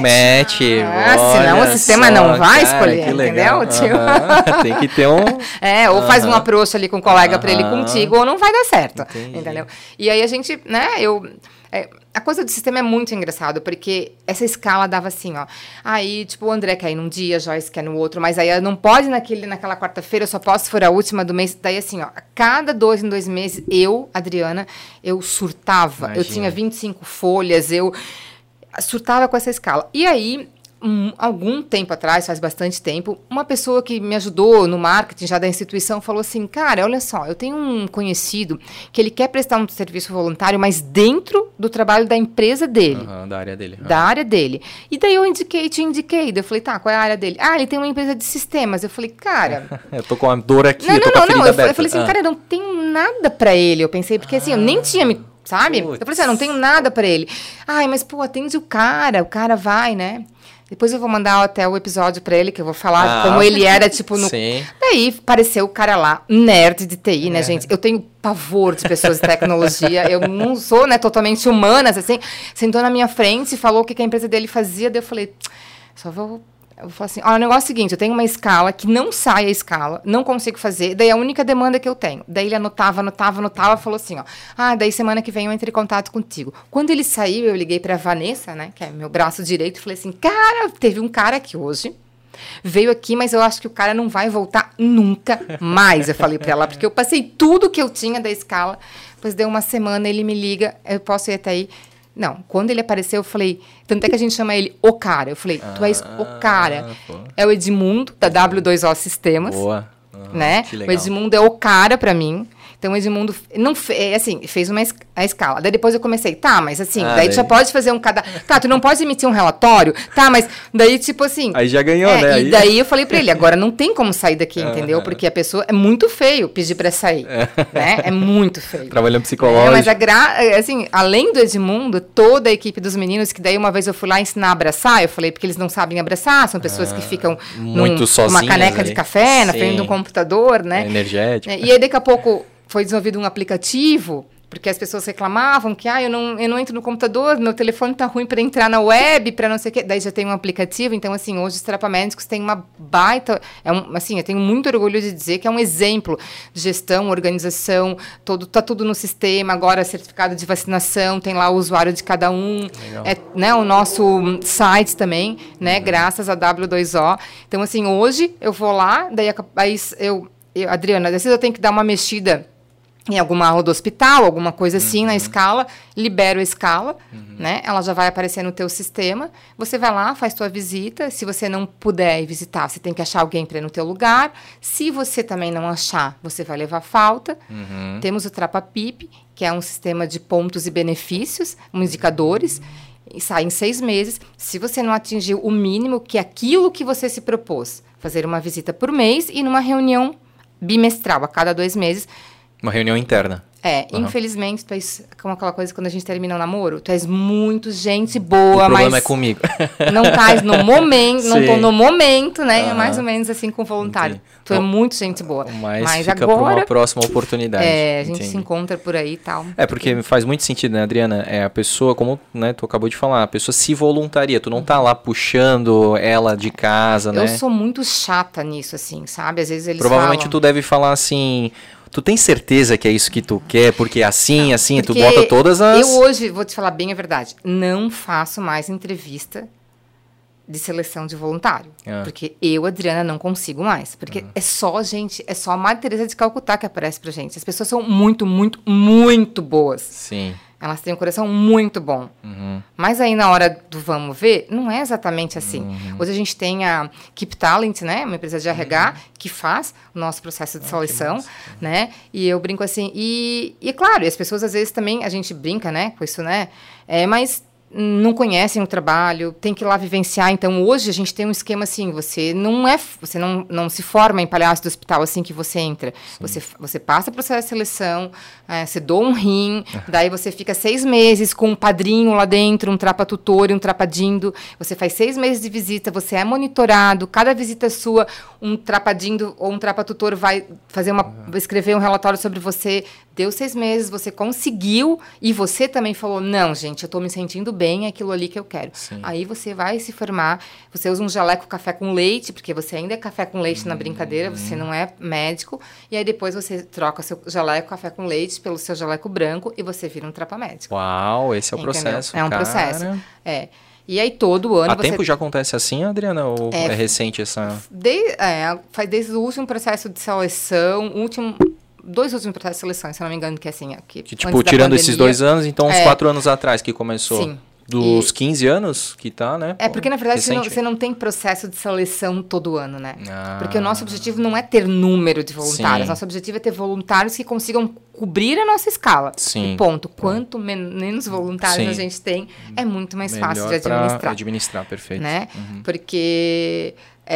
Senão o sistema não vai escolher, entendeu? Tem que ter um... ou faz um approach ali com o colega para ele contigo, ou não vai dar certo. Entendeu? E aí a gente, né, a coisa do sistema é muito engraçado, porque essa escala dava assim, aí, tipo, o André quer ir num dia, a Joyce quer no outro, mas aí não pode naquela quarta-feira, eu só posso se for a última do mês. Daí, assim, a cada 2 em 2 meses, Adriana, eu surtava. Imagina. Eu tinha 25 folhas, eu surtava com essa escala. E aí, algum tempo atrás, faz bastante tempo, uma pessoa que me ajudou no marketing já da instituição falou assim, cara, olha só, eu tenho um conhecido que ele quer prestar um serviço voluntário, mas dentro do trabalho da empresa dele. Da área dele. Da área dele. E daí eu te indiquei. Eu falei, tá, qual é a área dele? Ele tem uma empresa de sistemas. Eu falei, cara... eu tô com a dor aqui, eu tô com a ferida aberta. Eu falei assim, cara, eu não tenho nada pra ele. Eu pensei, porque assim, eu nem tinha sabe? Putz. Eu falei assim, eu não tenho nada pra ele. Mas pô, atende o cara vai, né? Depois eu vou mandar até o episódio pra ele, que eu vou falar como ele era, tipo, no... Sim. Daí apareceu o cara lá, nerd de TI, né, gente? Eu tenho pavor de pessoas de tecnologia, eu não sou, né, totalmente humanas, assim. Sentou na minha frente e falou o que a empresa dele fazia, daí eu falei, eu vou falar assim, o negócio é o seguinte, eu tenho uma escala que não sai a escala, não consigo fazer, daí é a única demanda que eu tenho. Daí ele anotava, falou assim, daí semana que vem eu entro em contato contigo. Quando ele saiu, eu liguei pra Vanessa, né, que é meu braço direito, e falei assim, cara, teve um cara aqui hoje, veio aqui, mas eu acho que o cara não vai voltar nunca mais, eu falei pra ela, porque eu passei tudo que eu tinha da escala, depois deu uma semana, ele me liga, eu posso ir até aí. Não, quando ele apareceu, eu falei... Tanto é que a gente chama ele O Cara. Eu falei, tu és o cara. É o Edmundo, da W2O Sistemas. Boa. Né? O Edmundo é o cara pra mim. Então, o Edmundo não assim, fez a escala. Daí depois eu comecei, tá, mas assim, daí tu já daí... pode fazer um cadastro. Tá, tu não pode emitir um relatório? Tá, mas daí, tipo assim... Aí já ganhou, né? E daí eu falei pra ele, agora não tem como sair daqui, entendeu? Porque a pessoa... É muito feio pedir pra sair, né? É muito feio. Trabalhando psicológico. Mas assim, além do Edmundo, toda a equipe dos meninos, que daí uma vez eu fui lá ensinar a abraçar, eu falei, porque eles não sabem abraçar, são pessoas que ficam muito numa caneca ali. de café, na Sim. frente do computador, né? Energético. E aí, daqui a pouco, foi desenvolvido um aplicativo, porque as pessoas reclamavam que eu não entro no computador, meu telefone tá ruim para entrar na web, para não sei o quê. Daí já tem um aplicativo. Então, assim, hoje os terapamédicos têm uma baita... assim, eu tenho muito orgulho de dizer que é um exemplo de gestão, organização, tá tudo no sistema. Agora, certificado de vacinação, tem lá o usuário de cada um. Né, o nosso site também, né, graças a W2O. Então, assim, hoje eu vou lá, daí Adriana, às vezes eu tenho que dar uma mexida em alguma aula do hospital, alguma coisa assim na escala, libero a escala, né? Ela já vai aparecer no teu sistema. Você vai lá, faz tua visita. Se você não puder ir visitar, você tem que achar alguém para ir no teu lugar. Se você também não achar, você vai levar falta. Temos o Trapa-PIP, que é um sistema de pontos e benefícios, indicadores, e sai em 6 meses. Se você não atingiu o mínimo, que é aquilo que você se propôs, fazer uma visita por mês e numa reunião bimestral, a cada 2 meses. Uma reunião interna. Infelizmente, tu és como aquela coisa quando a gente termina o namoro, tu és muito gente boa, o problema mas é comigo. Não estás no momento, não tô no momento, né? É mais ou menos assim com o voluntário. Entendi. Tu é muito gente boa. Mas fica agora, para uma próxima oportunidade. A gente se encontra por aí e tal. Porque faz muito sentido, né, Adriana? A pessoa, como, né, tu acabou de falar, a pessoa se voluntaria. Tu não tá lá puxando ela de casa, né? Eu sou muito chata nisso, assim, sabe? Às vezes eles Provavelmente falam... tu deve falar assim... Tu tem certeza que é isso que tu quer? Porque assim, tu Porque bota todas as... Eu hoje, vou te falar bem a verdade, não faço mais entrevista de seleção de voluntário. Porque eu, Adriana, não consigo mais. Porque é só a Madre Teresa de Calcutá que aparece pra gente. As pessoas são muito, muito, muito boas. Sim. Elas têm um coração muito bom. Mas aí, na hora do vamos ver, não é exatamente assim. Hoje a gente tem a Keep Talent, né? Uma empresa de RH que faz o nosso processo de seleção, né? E eu brinco assim... E claro, e as pessoas, às vezes, também... A gente brinca, né? Com isso, né? Mas... não conhecem o trabalho, tem que ir lá vivenciar. Então, hoje, a gente tem um esquema assim, você não se forma em palhaço do hospital assim que você entra. Você passa o processo de seleção, você doa um rim, daí você fica 6 meses com um padrinho lá dentro, um trapa-tutor e um trapadindo. Você faz 6 meses de visita, você é monitorado, cada visita sua, um trapadindo ou um trapa-tutor vai escrever um relatório sobre você. Deu 6 meses, você conseguiu e você também falou, não, gente, eu tô me sentindo bem, é aquilo ali que eu quero. Sim. Aí você vai se formar, você usa um jaleco café com leite, porque você ainda é café com leite na brincadeira, você não é médico, e aí depois você troca seu jaleco café com leite pelo seu jaleco branco e você vira um trapa-médico. Uau, esse é o processo, É um processo, E aí todo ano... Há tempo já acontece assim, Adriana, ou é recente essa... Faz desde o último processo de seleção, 2 últimos processos de seleção, se eu não me engano, que é assim... Que tipo, tirando esses 2 anos, então uns 4 anos atrás que começou. Sim. Dos 15 anos que tá, né? Porque, na verdade, você não tem processo de seleção todo ano, né? Porque o nosso objetivo não é ter número de voluntários. Sim. Nosso objetivo é ter voluntários que consigam cobrir a nossa escala. Sim. E ponto. Quanto menos voluntários a gente tem, é muito mais melhor fácil de administrar. Administrar, perfeito. Né? Porque...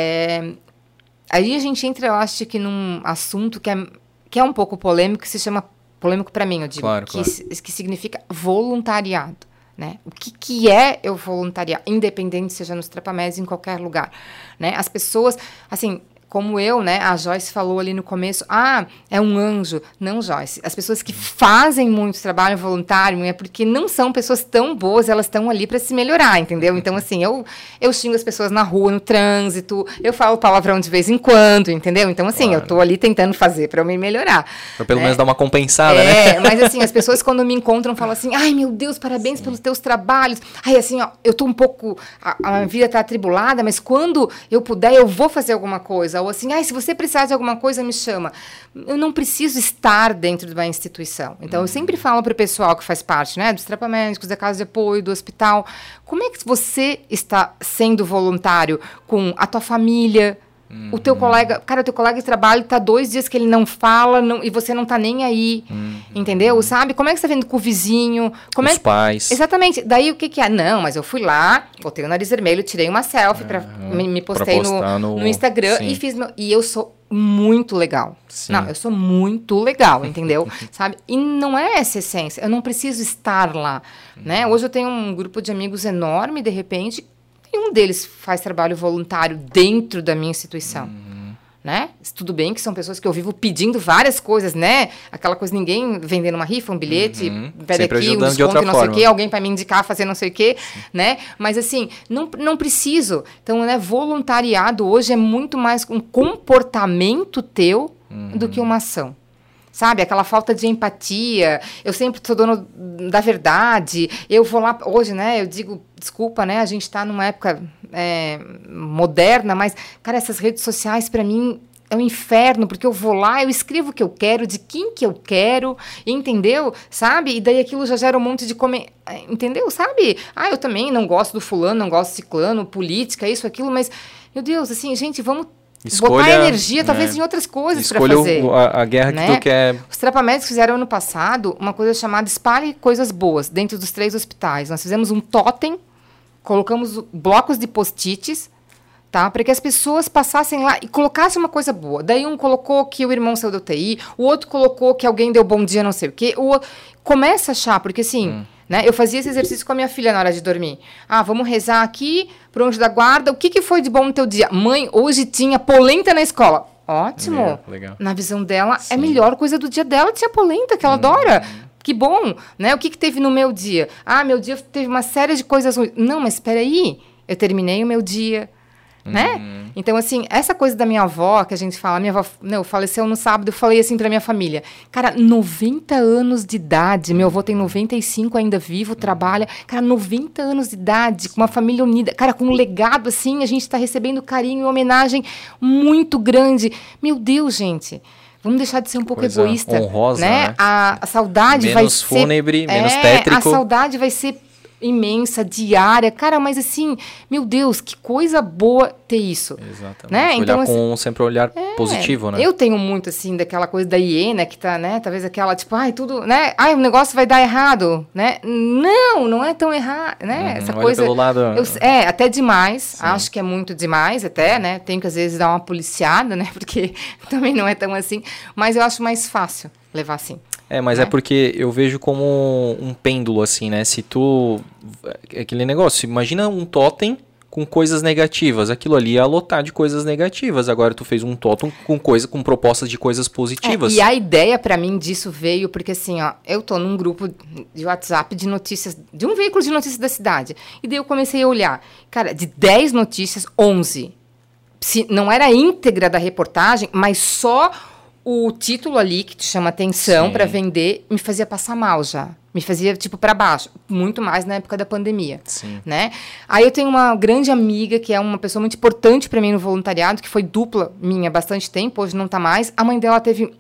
aí a gente entra, eu acho que num assunto que é um pouco polêmico, que se chama... Polêmico para mim, eu digo. Claro. Que significa voluntariado. Né? O que é eu voluntariar, independente seja nos trapamédios, em qualquer lugar, né? As pessoas, assim, como eu, né? A Joyce falou ali no começo, é um anjo. Não, Joyce. As pessoas que fazem muito trabalho voluntário é porque não são pessoas tão boas, elas estão ali para se melhorar, entendeu? Então, assim, eu xingo as pessoas na rua, no trânsito, eu falo palavrão de vez em quando, entendeu? Então, assim, eu tô ali tentando fazer para eu me melhorar. Pra pelo menos dar uma compensada, né? Mas assim, as pessoas quando me encontram falam assim, ai, meu Deus, parabéns pelos teus trabalhos. Ai, assim, ó, eu tô um pouco, a minha vida tá atribulada, mas quando eu puder, eu vou fazer alguma coisa. Ou assim, se você precisar de alguma coisa, me chama. Eu não preciso estar dentro de uma instituição. Então, eu sempre falo para o pessoal que faz parte, né, dos trapamédicos, da casa de apoio, do hospital, como é que você está sendo voluntário com a tua família, O teu colega, cara, o teu colega de trabalho tá 2 dias que ele não fala e você não tá nem aí, entendeu? Sabe? Como é que você tá vendo com o vizinho? Os pais. Exatamente. Daí o que é? Não, mas eu fui lá, botei o nariz vermelho, tirei uma selfie, me postei no Instagram e fiz e eu sou muito legal. Sim. Não, eu sou muito legal, entendeu? Sabe? E não é essa essência. Eu não preciso estar lá, né? Hoje eu tenho um grupo de amigos enorme, de repente, e um deles faz trabalho voluntário dentro da minha instituição, né? Tudo bem que são pessoas que eu vivo pedindo várias coisas, né? Aquela coisa, ninguém vendendo uma rifa, um bilhete, pede aqui, um desconto, não sei o quê, alguém para me indicar, fazer não sei o quê, né? Mas assim, não preciso. Então, né, voluntariado hoje é muito mais um comportamento teu do que uma ação. Sabe, aquela falta de empatia, eu sempre sou dono da verdade, eu vou lá, hoje, né, eu digo, desculpa, né, a gente está numa época moderna, mas, cara, essas redes sociais, para mim, é um inferno, porque eu vou lá, eu escrevo o que eu quero, de quem que eu quero, entendeu? Sabe? E daí aquilo já gera um monte de entendeu? Sabe? Eu também não gosto do fulano, não gosto do ciclano, política, isso, aquilo, mas, meu Deus, assim, gente, vamos botar energia, talvez, em outras coisas para fazer. Escolha a guerra que tu quer. Os Trapamédicos fizeram ano passado uma coisa chamada Espalhe Coisas Boas dentro dos 3 hospitais. Nós fizemos um totem, colocamos blocos de post-its, tá? Para que as pessoas passassem lá e colocassem uma coisa boa. Daí um colocou que o irmão saiu da UTI, o outro colocou que alguém deu bom dia, não sei o quê. Começa a achar, porque assim... Né? Eu fazia esse exercício com a minha filha na hora de dormir. Vamos rezar aqui pro anjo da guarda. O que foi de bom no teu dia? Mãe, hoje tinha polenta na escola. Ótimo. Legal. Na visão dela, é a melhor coisa do dia dela, tinha polenta, que ela adora. Que bom, né? O que teve no meu dia? Meu dia teve uma série de coisas ruins. Não, mas espera aí. Eu terminei o meu dia, né? Então, assim, essa coisa da minha avó, que a gente fala, minha avó faleceu no sábado, eu falei assim pra minha família, cara, 90 anos de idade, meu avô tem 95, ainda vivo, trabalha, cara, 90 anos de idade, com uma família unida, cara, com um legado, assim, a gente tá recebendo carinho e homenagem muito grande. Meu Deus, gente, vamos deixar de ser um pouco egoísta, honrosa, né? A saudade vai ser... Menos fúnebre, menos tétrico. A saudade vai ser imensa, diária. Cara, mas assim, meu Deus, que coisa boa ter isso. Exatamente. Né? Olhar então, com sempre um olhar positivo, né? Eu tenho muito, assim, daquela coisa da hiena que tá, né? Talvez aquela, tipo, tudo, né? O negócio vai dar errado, né? Não é tão errado, né? Essa olha coisa... pelo lado... até demais. Sim. Acho que é muito demais, até, né? Tenho que, às vezes, dar uma policiada, né? Porque também não é tão assim. Mas eu acho mais fácil levar assim. Mas é porque eu vejo como um pêndulo, assim, né? Se tu... Aquele negócio, imagina um totem com coisas negativas. Aquilo ali ia lotar de coisas negativas. Agora tu fez um totem com propostas de coisas positivas. E a ideia pra mim disso veio porque, assim, eu tô num grupo de WhatsApp de notícias, de um veículo de notícias da cidade. E daí eu comecei a olhar. Cara, de 10 notícias, 11. Se não era a íntegra da reportagem, mas só... O título ali que te chama atenção para vender me fazia passar mal já. Me fazia, tipo, para baixo. Muito mais na época da pandemia. Sim. Né? Aí eu tenho uma grande amiga, que é uma pessoa muito importante para mim no voluntariado, que foi dupla minha há bastante tempo, hoje não tá mais. A mãe dela teve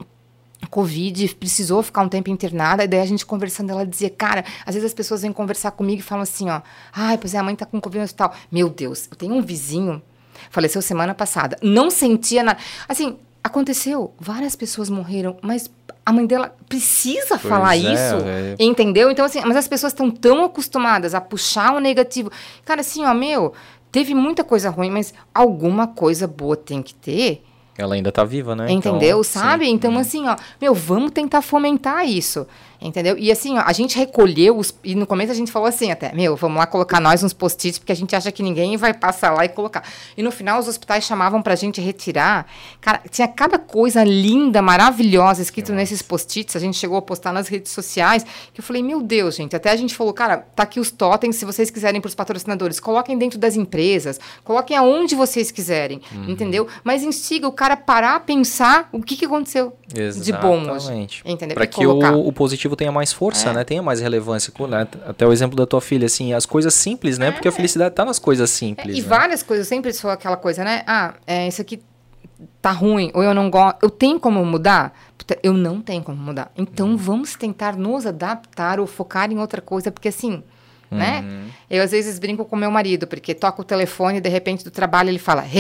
Covid, precisou ficar um tempo internada, e daí a gente conversando, ela dizia, cara, às vezes as pessoas vêm conversar comigo e falam assim, pois a mãe tá com Covid no hospital. Meu Deus, eu tenho um vizinho, faleceu semana passada, não sentia nada. Assim... Aconteceu, várias pessoas morreram, mas a mãe dela precisa falar isso, entendeu? Então, assim, mas as pessoas estão tão acostumadas a puxar o negativo. Cara, assim, teve muita coisa ruim, mas alguma coisa boa tem que ter. Ela ainda tá viva, né? Entendeu? Então, sabe? Sim. Então, assim, vamos tentar fomentar isso. Entendeu? E assim, a gente recolheu e no começo a gente falou assim até, vamos lá colocar nós uns post-its, porque a gente acha que ninguém vai passar lá e colocar. E no final os hospitais chamavam pra gente retirar. Cara, tinha cada coisa linda, maravilhosa escrito nesses post-its, a gente chegou a postar nas redes sociais, que eu falei, meu Deus, gente, até a gente falou, cara, tá aqui os totens, se vocês quiserem pros patrocinadores, coloquem dentro das empresas, coloquem aonde vocês quiserem, entendeu? Mas instiga o cara a parar a pensar o que aconteceu de bom hoje. Entendeu? Pra que o positivo tenha mais força, né? Tenha mais relevância. Né? Até o exemplo da tua filha, assim, as coisas simples, né? Porque a felicidade tá nas coisas simples. E várias coisas, eu sempre sou aquela coisa, né? Isso aqui tá ruim, ou eu não gosto. Eu tenho como mudar? Eu não tenho como mudar. Então, vamos tentar nos adaptar ou focar em outra coisa, porque assim, né? Eu às vezes brinco com meu marido, porque toca o telefone e de repente do trabalho ele fala,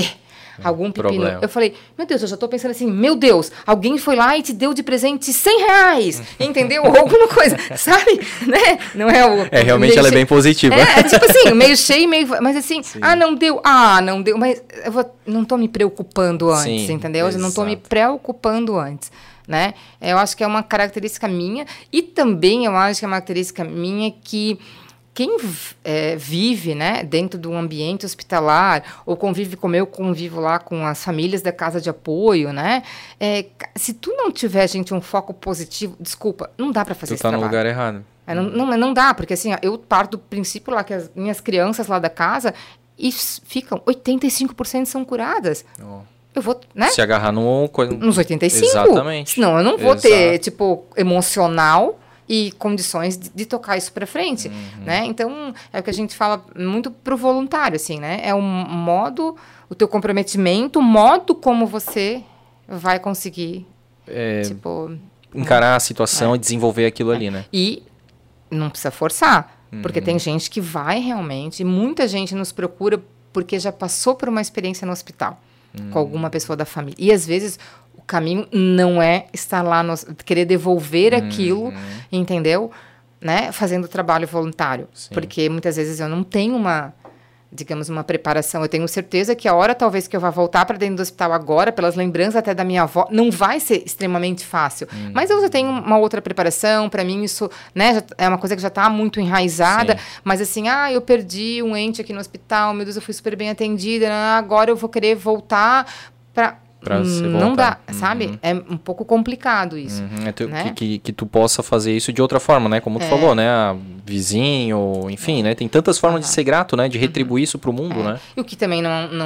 algum pepino. Problema. Eu falei, meu Deus, eu já tô pensando assim, meu Deus, alguém foi lá e te deu de presente R$100, entendeu? Ou alguma coisa, sabe? Né? Não é o... realmente ela é bem positiva. Tipo assim, meio cheio, meio... Mas assim, não deu, mas não tô me preocupando antes, Sim, entendeu? Eu não tô me preocupando antes. Né? Eu acho que é uma característica minha e também eu acho que é uma característica minha que quem vive, né, dentro de um ambiente hospitalar ou convive como eu convivo lá com as famílias da casa de apoio, né? Se tu não tiver, gente, um foco positivo, desculpa, não dá para fazer esse trabalho. Tu tá no lugar errado. Não dá, porque assim, eu parto do princípio lá que as minhas crianças lá da casa ficam, 85% são curadas. Eu vou, né? Se agarrar nos 85. Exatamente. Senão eu não vou ter, tipo, emocional e condições de tocar isso para frente, né? Então, é o que a gente fala muito pro voluntário, assim, né? É o teu comprometimento, o modo como você vai conseguir, encarar a situação e desenvolver aquilo ali, né? E não precisa forçar, porque tem gente que vai realmente, muita gente nos procura porque já passou por uma experiência no hospital. Com alguma pessoa da família. E, às vezes, o caminho não é estar lá, querer devolver aquilo, entendeu? Né? Fazendo trabalho voluntário. Sim. Porque, muitas vezes, eu não tenho uma preparação. Eu tenho certeza que a hora, talvez, que eu vá voltar para dentro do hospital agora, pelas lembranças até da minha avó, não vai ser extremamente fácil. Mas eu já tenho uma outra preparação. Para mim, isso, né, é uma coisa que já está muito enraizada. Sim. Mas assim, eu perdi um ente aqui no hospital, meu Deus, eu fui super bem atendida, agora eu vou querer voltar para... Não dá, sabe? É um pouco complicado isso. Né? Que tu possa fazer isso de outra forma, né? Como tu falou, né? Vizinho, enfim, né? Tem tantas formas de ser grato, né? De retribuir isso pro mundo, né? E o que também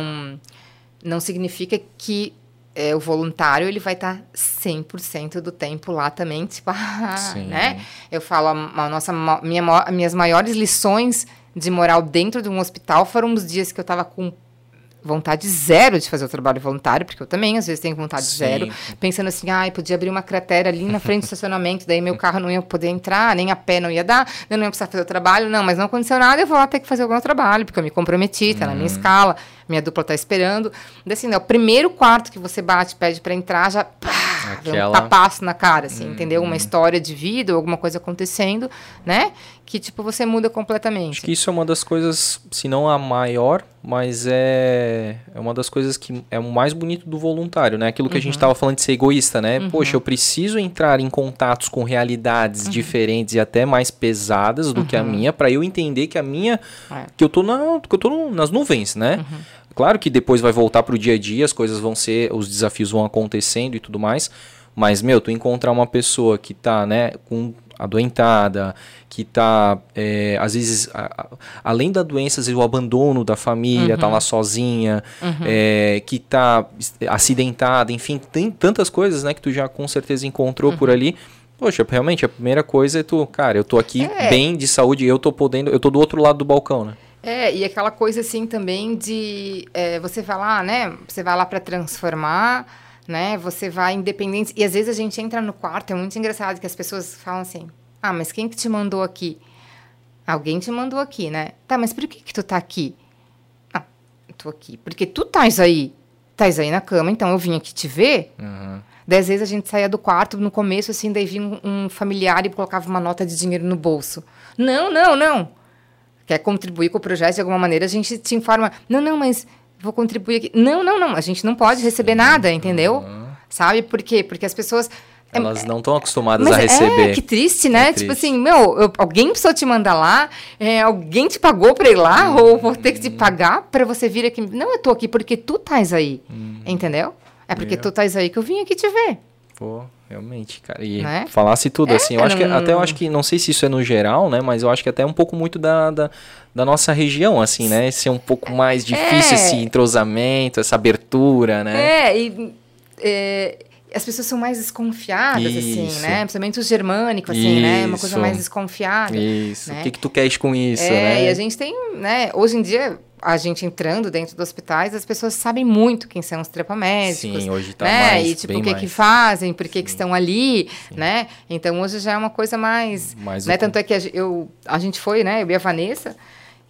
não significa que o voluntário, ele vai estar 100% do tempo lá também, tipo, né? Eu falo, minhas maiores lições de moral dentro de um hospital foram os dias que eu tava com vontade zero de fazer o trabalho voluntário, porque eu também, às vezes, tenho vontade zero, pensando assim, podia abrir uma cratera ali na frente do estacionamento, daí meu carro não ia poder entrar, nem a pé não ia dar, eu não ia precisar fazer o trabalho, mas não aconteceu nada, eu vou lá ter que fazer o meu trabalho, porque eu me comprometi, tá na minha escala, minha dupla tá esperando. Daí, assim, né, o primeiro quarto que você pede pra entrar, já vem um tapaço na cara, assim, entendeu? Uma história de vida, ou alguma coisa acontecendo, né? Que, tipo, você muda completamente. Acho que isso é uma das coisas, se não a maior, mas é uma das coisas que é o mais bonito do voluntário, né? Aquilo que a gente estava falando de ser egoísta, né? Poxa, eu preciso entrar em contatos com realidades diferentes e até mais pesadas do que a minha, para eu entender que a minha... Que eu tô nas nuvens, né? Claro que depois vai voltar pro dia a dia, as coisas vão ser... Os desafios vão acontecendo e tudo mais. Mas, tu encontrar uma pessoa que tá, né, com adoentada, que tá, às vezes, além da doença, às vezes o abandono da família, tá lá sozinha, que tá acidentada, enfim, tem tantas coisas, né, que tu já com certeza encontrou por ali. Poxa, realmente, a primeira coisa é eu tô aqui bem de saúde, eu tô do outro lado do balcão, né? E aquela coisa, assim, também de, você vai lá, né, você vai lá para transformar, né, você vai independente, e às vezes a gente entra no quarto, é muito engraçado que as pessoas falam assim, mas quem que te mandou aqui? Alguém te mandou aqui, né? Tá, mas por que tu tá aqui? Eu tô aqui porque tu estás aí na cama, então eu vim aqui te ver. Daí, às vezes, a gente saía do quarto, no começo, assim, daí vinha um familiar e colocava uma nota de dinheiro no bolso. Não. Quer contribuir com o projeto de alguma maneira, a gente te informa, não, mas vou contribuir aqui. Não, a gente não pode receber nada, entendeu? Sabe por quê? Porque as pessoas... Elas não estão acostumadas a receber. Que triste, né? Tipo assim, alguém precisou te mandar lá, alguém te pagou pra ir lá, ou vou ter que te pagar pra você vir aqui. Não, eu tô aqui porque tu estás aí, entendeu? É porque tu estás aí que eu vim aqui te ver. Pô, realmente, cara. E falasse tudo, assim, eu acho que, não sei se isso é no geral, né, mas eu acho que até um pouco muito da nossa região, assim, né, ser um pouco mais difícil esse entrosamento, essa abertura, né. As pessoas são mais desconfiadas, assim, né, principalmente os germânicos, assim, né, uma coisa mais desconfiada. Isso, né? O que tu queres com isso, né. E a gente tem, né, hoje em dia... A gente entrando dentro dos hospitais, as pessoas sabem muito quem são os trapamédicos. Sim, hoje tá né? mais, e tipo, o que fazem, por que estão ali, né? Então, hoje já é uma coisa mais né? Tanto é que a gente foi, né? Eu e a Vanessa,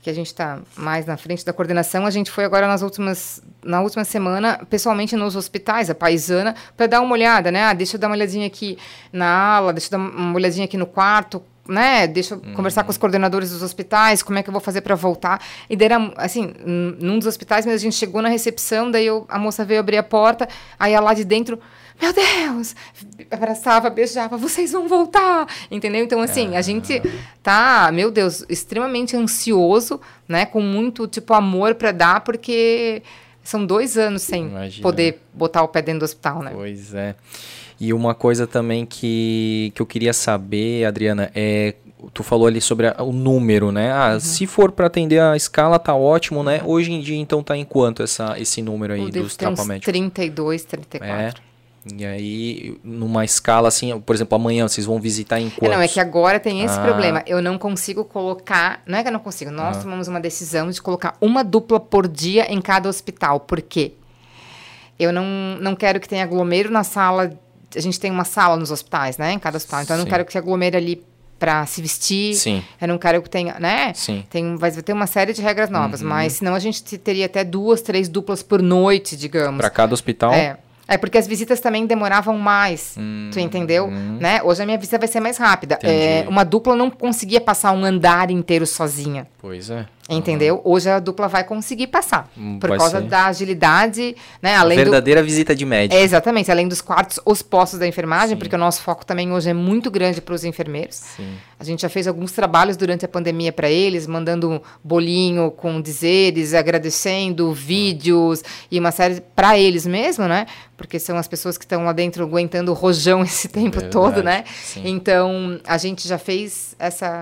que a gente está mais na frente da coordenação, a gente foi agora na última semana, pessoalmente nos hospitais, a Paisana, para dar uma olhada, né? Deixa eu dar uma olhadinha aqui na ala, deixa eu dar uma olhadinha aqui no quarto, né? Deixa eu conversar com os coordenadores dos hospitais, como é que eu vou fazer para voltar. E daí era, assim, num dos hospitais, mas a gente chegou na recepção, daí a moça veio abrir a porta, aí lá de dentro, meu Deus, abraçava, beijava, vocês vão voltar, entendeu? Então, assim, a gente tá, meu Deus, extremamente ansioso, né? Com muito, tipo, amor para dar, porque são 2 anos sem poder botar o pé dentro do hospital, né? Pois é. E uma coisa também que eu queria saber, Adriana, tu falou ali sobre o número, né? Se for para atender a escala, tá ótimo, né? Hoje em dia, então, tá em quanto esse número aí dos trapamédicos? 32, 34. E aí, numa escala assim, por exemplo, amanhã vocês vão visitar em quantos? Não, é que agora tem esse problema. Eu não consigo colocar... Não é que eu não consigo. Nós tomamos uma decisão de colocar uma dupla por dia em cada hospital. Por quê? Eu não quero que tenha aglomero na sala... A gente tem uma sala nos hospitais, né? Em cada hospital. Então, eu não quero que se aglomere ali para se vestir. Sim. Eu não quero que tenha, né? Sim. Vai ter uma série de regras novas. Mas, senão, a gente teria até 2, 3 duplas por noite, digamos. Para cada hospital? É porque as visitas também demoravam mais, tu entendeu? Né? Hoje a minha visita vai ser mais rápida. Uma dupla não conseguia passar um andar inteiro sozinha. Pois é. Entendeu? Hoje a dupla vai conseguir passar. Por causa da agilidade, né? Além verdadeira visita de médico. Exatamente. Além dos quartos, os postos da enfermagem, porque o nosso foco também hoje é muito grande para os enfermeiros. Sim. A gente já fez alguns trabalhos durante a pandemia para eles, mandando bolinho com dizeres, agradecendo, vídeos e uma série para eles mesmo, né? Porque são as pessoas que estão lá dentro aguentando o rojão esse tempo todo, né? Sim. Então, a gente já fez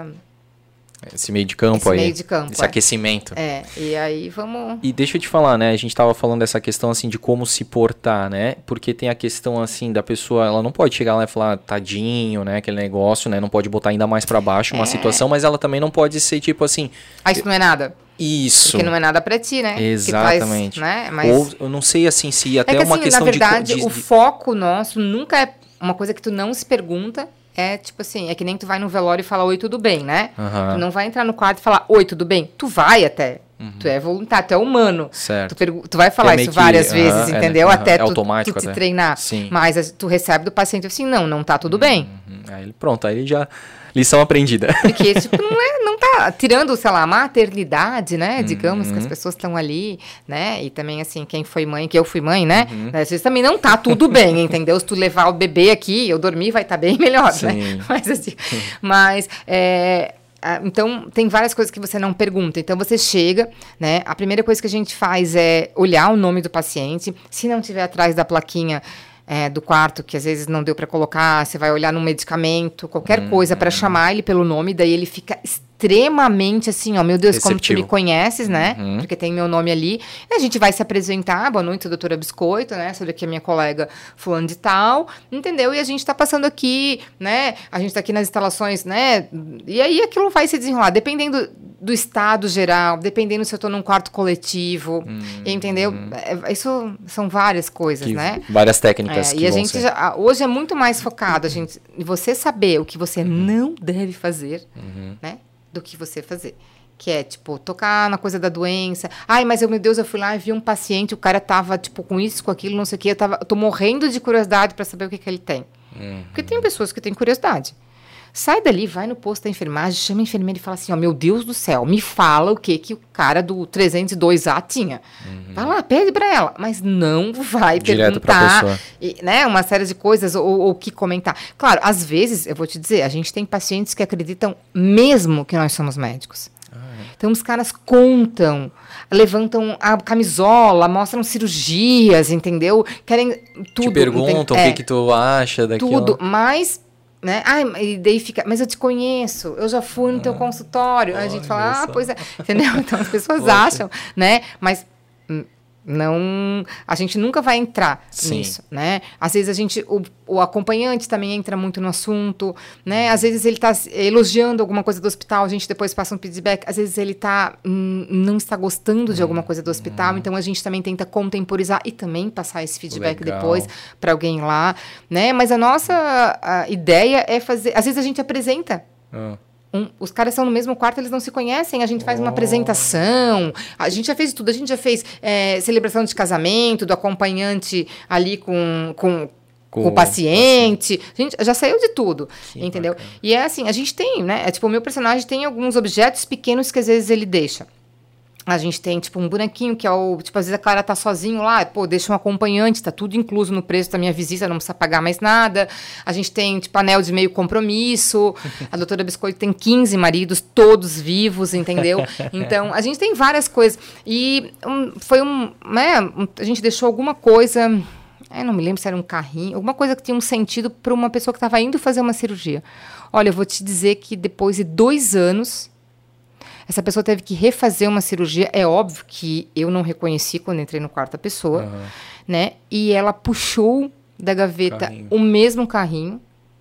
esse meio de campo aí. Meio de campo, esse aquecimento. E aí vamos... E deixa eu te falar, né? A gente tava falando dessa questão, assim, de como se portar, né? Porque tem a questão, assim, da pessoa... Ela não pode chegar lá e falar, tadinho, né? Aquele negócio, né? Não pode botar ainda mais pra baixo uma situação, mas ela também não pode ser, tipo assim... isso não é nada. Isso. Porque não é nada pra ti, né? Exatamente. Que faz, né? Mas... Ou, eu não sei, assim, se até que, uma assim, questão na verdade, o foco nosso nunca é uma coisa que tu não se pergunta. Tipo assim, é que nem tu vai no velório e fala, oi, tudo bem, né? Tu não vai entrar no quarto e falar, oi, tudo bem? Tu vai até. Tu é voluntário, tu é humano. Certo. Tu vai falar isso várias vezes, entendeu? Até tu te treinar. Sim. Mas tu recebe do paciente assim, não tá tudo bem. Aí ele já... Lição aprendida. Porque, tipo, não tá tirando, sei lá, a maternidade, né? Digamos que as pessoas estão ali, né? E também, assim, quem foi mãe, que eu fui mãe, né? Às vezes também não tá tudo bem, entendeu? Se tu levar o bebê aqui, eu dormir, vai estar bem melhor, né? Mas, assim, então, tem várias coisas que você não pergunta. Então, você chega, né? A primeira coisa que a gente faz é olhar o nome do paciente. Se não tiver atrás da plaquinha do quarto, que às vezes não deu para colocar, você vai olhar num medicamento, qualquer coisa para chamar ele pelo nome, daí ele fica extremamente assim, ó, meu Deus, como tu me conheces, né? Porque tem meu nome ali. E a gente vai se apresentar, boa noite, doutora Biscoito, né? Sou daqui a minha colega fulano de tal, entendeu? E a gente tá passando aqui, né? A gente tá aqui nas instalações, né? E aí aquilo vai se desenrolar, dependendo do estado geral, dependendo se eu tô num quarto coletivo, entendeu? Isso são várias coisas, né? Várias técnicas que e a gente hoje é muito mais focado, em você saber o que você não deve fazer, né? Do que você fazer. Que é, tipo, tocar na coisa da doença. Ai, mas meu Deus, eu fui lá e vi um paciente, o cara tava, tipo, com isso, com aquilo, não sei o quê. Eu tô morrendo de curiosidade para saber o que ele tem. Porque tem pessoas que têm curiosidade. Sai dali, vai no posto da enfermagem, chama a enfermeira e fala assim, ó, meu Deus do céu, me fala o que o cara do 302A tinha. Vai lá, pede pra ela. Mas não vai direto perguntar, né, uma série de coisas ou o que comentar. Claro, às vezes, eu vou te dizer, a gente tem pacientes que acreditam mesmo que nós somos médicos. Então, os caras contam, levantam a camisola, mostram cirurgias, entendeu? Querem tudo. Te perguntam o que tu acha daquilo. Tudo, mas... Né? E daí fica, mas eu te conheço, eu já fui no teu consultório. Aí a gente fala, pois é, entendeu? Então as pessoas acham, né? Mas não, a gente nunca vai entrar nisso, né? Às vezes o acompanhante também entra muito no assunto, né? Às vezes ele está elogiando alguma coisa do hospital, a gente depois passa um feedback. Às vezes ele não está gostando de alguma coisa do hospital, então a gente também tenta contemporizar e também passar esse feedback depois para alguém lá, né? Mas a nossa ideia é fazer... Às vezes a gente apresenta os caras são no mesmo quarto, eles não se conhecem, a gente faz uma apresentação, a gente já fez tudo, a gente já fez celebração de casamento, do acompanhante ali com o paciente, a gente já saiu de tudo, entendeu? Bacana. E é assim, a gente tem, né, tipo, o meu personagem tem alguns objetos pequenos que às vezes ele deixa. A gente tem, tipo, um bonequinho que é o... Tipo, às vezes a Clara tá sozinho lá, pô, deixa um acompanhante, tá tudo incluso no preço da minha visita, não precisa pagar mais nada. A gente tem, tipo, anel de meio compromisso. A doutora Biscoito tem 15 maridos, todos vivos, entendeu? Então, a gente tem várias coisas. E a gente deixou alguma coisa... não me lembro se era um carrinho, alguma coisa que tinha um sentido para uma pessoa que estava indo fazer uma cirurgia. Olha, eu vou te dizer que depois de 2 anos... Essa pessoa teve que refazer uma cirurgia. É óbvio que eu não reconheci quando entrei no quarto da pessoa, né? E ela puxou da gaveta o mesmo carrinho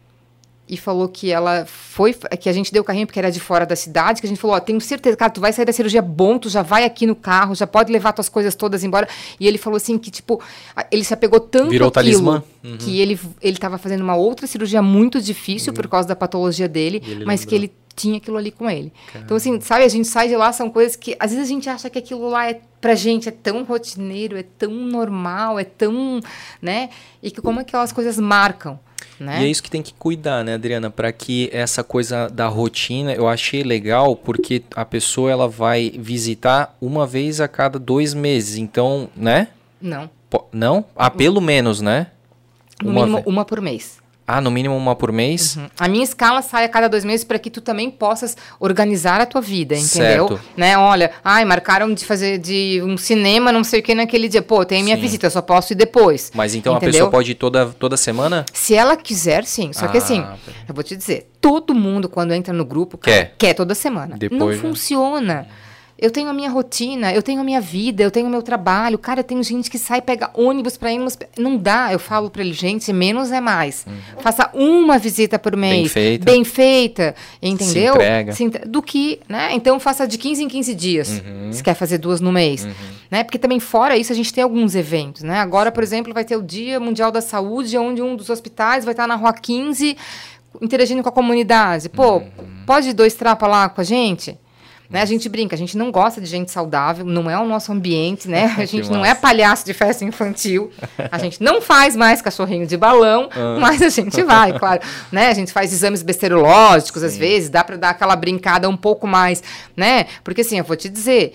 e falou que que a gente deu o carrinho porque era de fora da cidade, que a gente falou, tenho certeza, cara, tu vai sair da cirurgia bom, tu já vai aqui no carro, já pode levar tuas coisas todas embora. E ele falou assim que, tipo, ele se apegou tanto Virou talismã. Que ele tava fazendo uma outra cirurgia muito difícil por causa da patologia dele, mas que ele tinha aquilo ali com ele. Caramba. Então, assim, sabe, a gente sai de lá, são coisas que, às vezes a gente acha que aquilo lá pra gente é tão rotineiro, é tão normal, é tão, né, e que como aquelas coisas marcam, né? E é isso que tem que cuidar, né, Adriana, para que essa coisa da rotina, eu achei legal, porque a pessoa, ela vai visitar uma vez a cada 2 meses, então, né? Não. Não? Pelo menos, né? No mínimo, uma por mês. No mínimo uma por mês? A minha escala sai a cada 2 meses para que tu também possas organizar a tua vida, entendeu? Certo. Né? Olha, marcaram de fazer de um cinema, não sei o que naquele dia. Pô, tem minha visita, eu só posso ir depois. Mas então entendeu? A pessoa pode ir toda semana? Se ela quiser, sim. Só que assim, eu vou te dizer, todo mundo quando entra no grupo quer toda semana. Depois, não funciona. Eu tenho a minha rotina, eu tenho a minha vida, eu tenho o meu trabalho. Cara, eu tenho gente que sai, pega ônibus pra ir... Não dá, eu falo pra ele, gente, menos é mais. Faça uma visita por mês. Bem feita, entendeu? Se entrega. Do que, né? Então, faça de 15 em 15 dias. Se quer fazer 2 no mês. Né? Porque também, fora isso, a gente tem alguns eventos, né? Agora, por exemplo, vai ter o Dia Mundial da Saúde, onde um dos hospitais vai estar na Rua 15, interagindo com a comunidade. Pô, pode ir 2 trapas lá com a gente? Né? A gente brinca, a gente não gosta de gente saudável, não é o nosso ambiente, né? A gente não é palhaço de festa infantil, a gente não faz mais cachorrinho de balão, mas a gente vai, claro. Né? A gente faz exames bacteriológicos, às vezes, dá para dar aquela brincada um pouco mais, né? Porque assim, eu vou te dizer,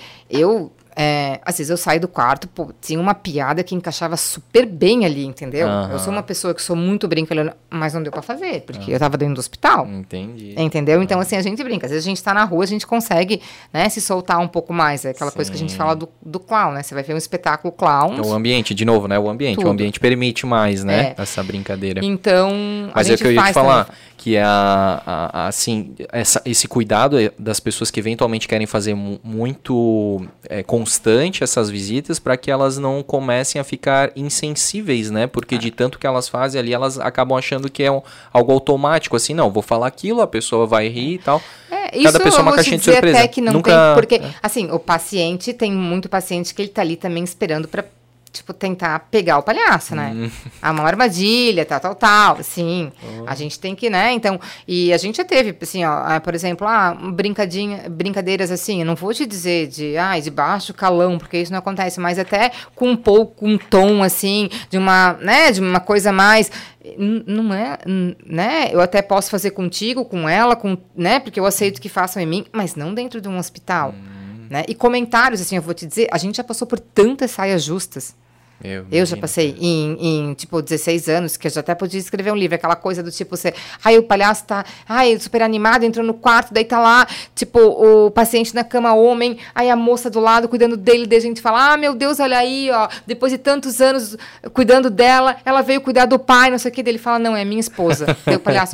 às vezes eu saio do quarto, pô, tinha uma piada que encaixava super bem ali, entendeu? Eu sou uma pessoa que sou muito brincalhona, mas não deu pra fazer, porque eu tava dentro do hospital. Entendi. Entendeu? Então, assim, a gente brinca. Às vezes a gente tá na rua, a gente consegue, né, se soltar um pouco mais. É aquela coisa que a gente fala do clown, né? Você vai ver um espetáculo clown. O ambiente, de novo, né? O ambiente permite mais, né? Essa brincadeira. Então, mas é o que eu ia te falar, que é assim, esse cuidado das pessoas que eventualmente querem fazer muito constante essas visitas, para que elas não comecem a ficar insensíveis, né? Porque de tanto que elas fazem ali, elas acabam achando que é algo automático, assim, não, vou falar aquilo, a pessoa vai rir e tal. Cada pessoa é uma caixinha de surpresa. Até que não tem, porque, assim, o paciente, tem muito paciente que ele tá ali também esperando para tipo, tentar pegar o palhaço, né? Uma armadilha, tal, assim. A gente tem que, né? Então, e a gente já teve, assim, por exemplo, brincadeiras assim, eu não vou te dizer de baixo calão, porque isso não acontece, mas até com um tom, assim, de uma coisa mais... Não é, né? Eu até posso fazer contigo, com ela, né? Porque eu aceito que façam em mim, mas não dentro de um hospital. Né? E comentários, assim, eu vou te dizer, a gente já passou por tantas saias justas. Eu já passei em, tipo, 16 anos, que eu já até podia escrever um livro, aquela coisa do tipo, o palhaço tá, super animado, entrou no quarto, daí tá lá, tipo, o paciente na cama homem, aí a moça do lado cuidando dele, daí a gente fala, meu Deus, olha aí, ó, depois de tantos anos cuidando dela, ela veio cuidar do pai, não sei o que, daí ele fala, não, é minha esposa. Daí o palhaço,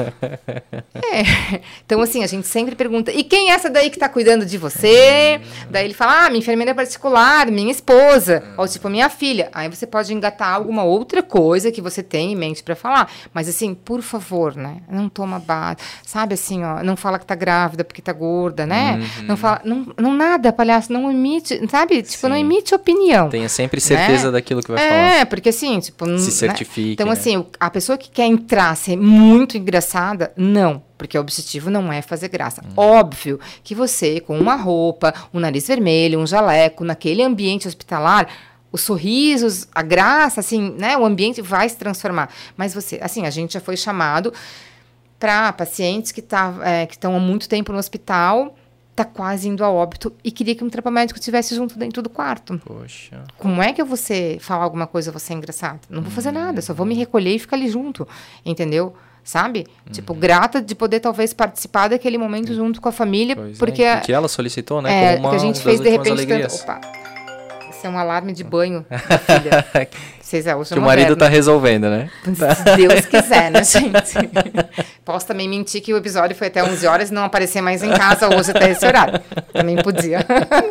Então, assim, a gente sempre pergunta, e quem é essa daí que tá cuidando de você? Daí ele fala, minha enfermeira particular, minha esposa, ou tipo, minha filha. Aí Você pode engatar alguma outra coisa que você tem em mente para falar. Mas, assim, por favor, né? Não toma base. Sabe, assim, ó, não fala que tá grávida porque tá gorda, né? Não fala... Não nada, palhaço. Não emite, sabe? Tipo, não emite opinião. Tenha sempre certeza daquilo que vai falar. É, porque assim, tipo... Se certifique, Então, né? assim, a pessoa que quer entrar, ser muito engraçada, não. Porque o objetivo não é fazer graça. Óbvio que você, com uma roupa, um nariz vermelho, um jaleco, naquele ambiente hospitalar... Os sorrisos, a graça, assim, né? O ambiente vai se transformar. Mas você, assim, a gente já foi chamado para pacientes que estão há muito tempo no hospital, tá quase indo a óbito e queria que um trapamédico estivesse junto dentro do quarto. Poxa. Como é que eu vou falar alguma coisa, você é engraçado? Não vou fazer nada, só vou me recolher e ficar ali junto, entendeu? Sabe? Tipo, grata de poder talvez participar daquele momento junto com a família, porque ela solicitou, né? Como uma que a gente fez de repente. Opa. É um alarme de banho da filha. Vocês que o marido tá resolvendo, né? Se Deus quiser, né, gente? Posso também mentir que o episódio foi até 11 horas e não aparecer mais em casa hoje até esse horário. Também podia.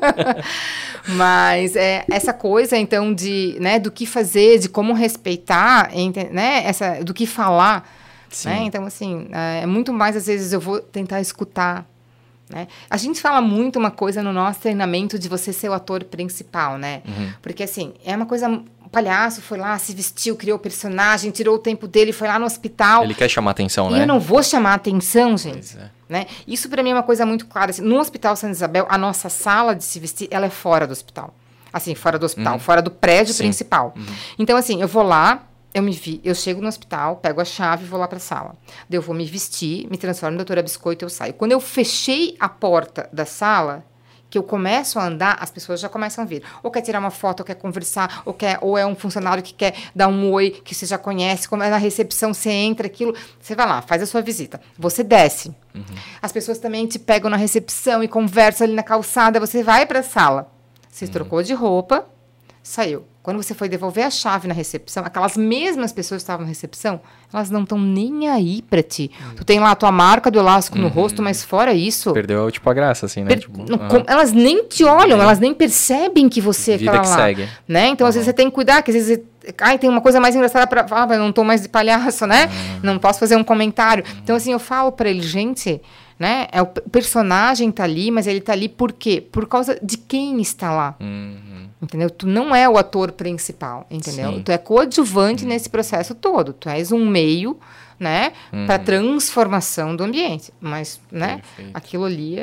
Mas essa coisa, então, né, do que fazer, de como respeitar, né, do que falar. Né? Então, assim, é muito mais, às vezes, eu vou tentar escutar. Né? A gente fala muito uma coisa no nosso treinamento de você ser o ator principal, né? Porque, assim, é uma coisa... O palhaço foi lá, se vestiu, criou o personagem, tirou o tempo dele, foi lá no hospital. Ele quer chamar atenção, né? E eu não vou chamar atenção, gente. Pois é. Né? Isso, pra mim, é uma coisa muito clara. Assim, no Hospital Santa Isabel, a nossa sala de se vestir, ela é fora do hospital. Assim, fora do hospital, fora do prédio principal. Então, assim, eu vou lá... Eu chego no hospital, pego a chave e vou lá para a sala. Daí eu vou me vestir, me transformo em doutora Biscoito e eu saio. Quando eu fechei a porta da sala, que eu começo a andar, as pessoas já começam a vir. Ou quer tirar uma foto, ou quer conversar, ou é um funcionário que quer dar um oi, que você já conhece, como é na recepção, você entra, aquilo. Você vai lá, faz a sua visita. Você desce. As pessoas também te pegam na recepção e conversam ali na calçada, você vai para a sala. Você trocou de roupa, saiu. Quando você foi devolver a chave na recepção, aquelas mesmas pessoas que estavam na recepção, elas não estão nem aí pra ti. Tu tem lá a tua marca do elástico no rosto, mas fora isso... Perdeu, tipo, a graça, assim, né? Elas nem te olham, elas nem percebem que você é aquela vida que lá. Segue. Né? Então, às vezes, você tem que cuidar, que às vezes... tem uma coisa mais engraçada pra... eu não tô mais de palhaço, né? Não posso fazer um comentário. Então, assim, eu falo pra ele, gente... Né? O personagem tá ali, mas ele tá ali por quê? Por causa de quem está lá. Entendeu? Tu não é o ator principal, entendeu? Tu é coadjuvante nesse processo todo. Tu és um meio, né, para transformação do ambiente. Mas, né, aquilo ali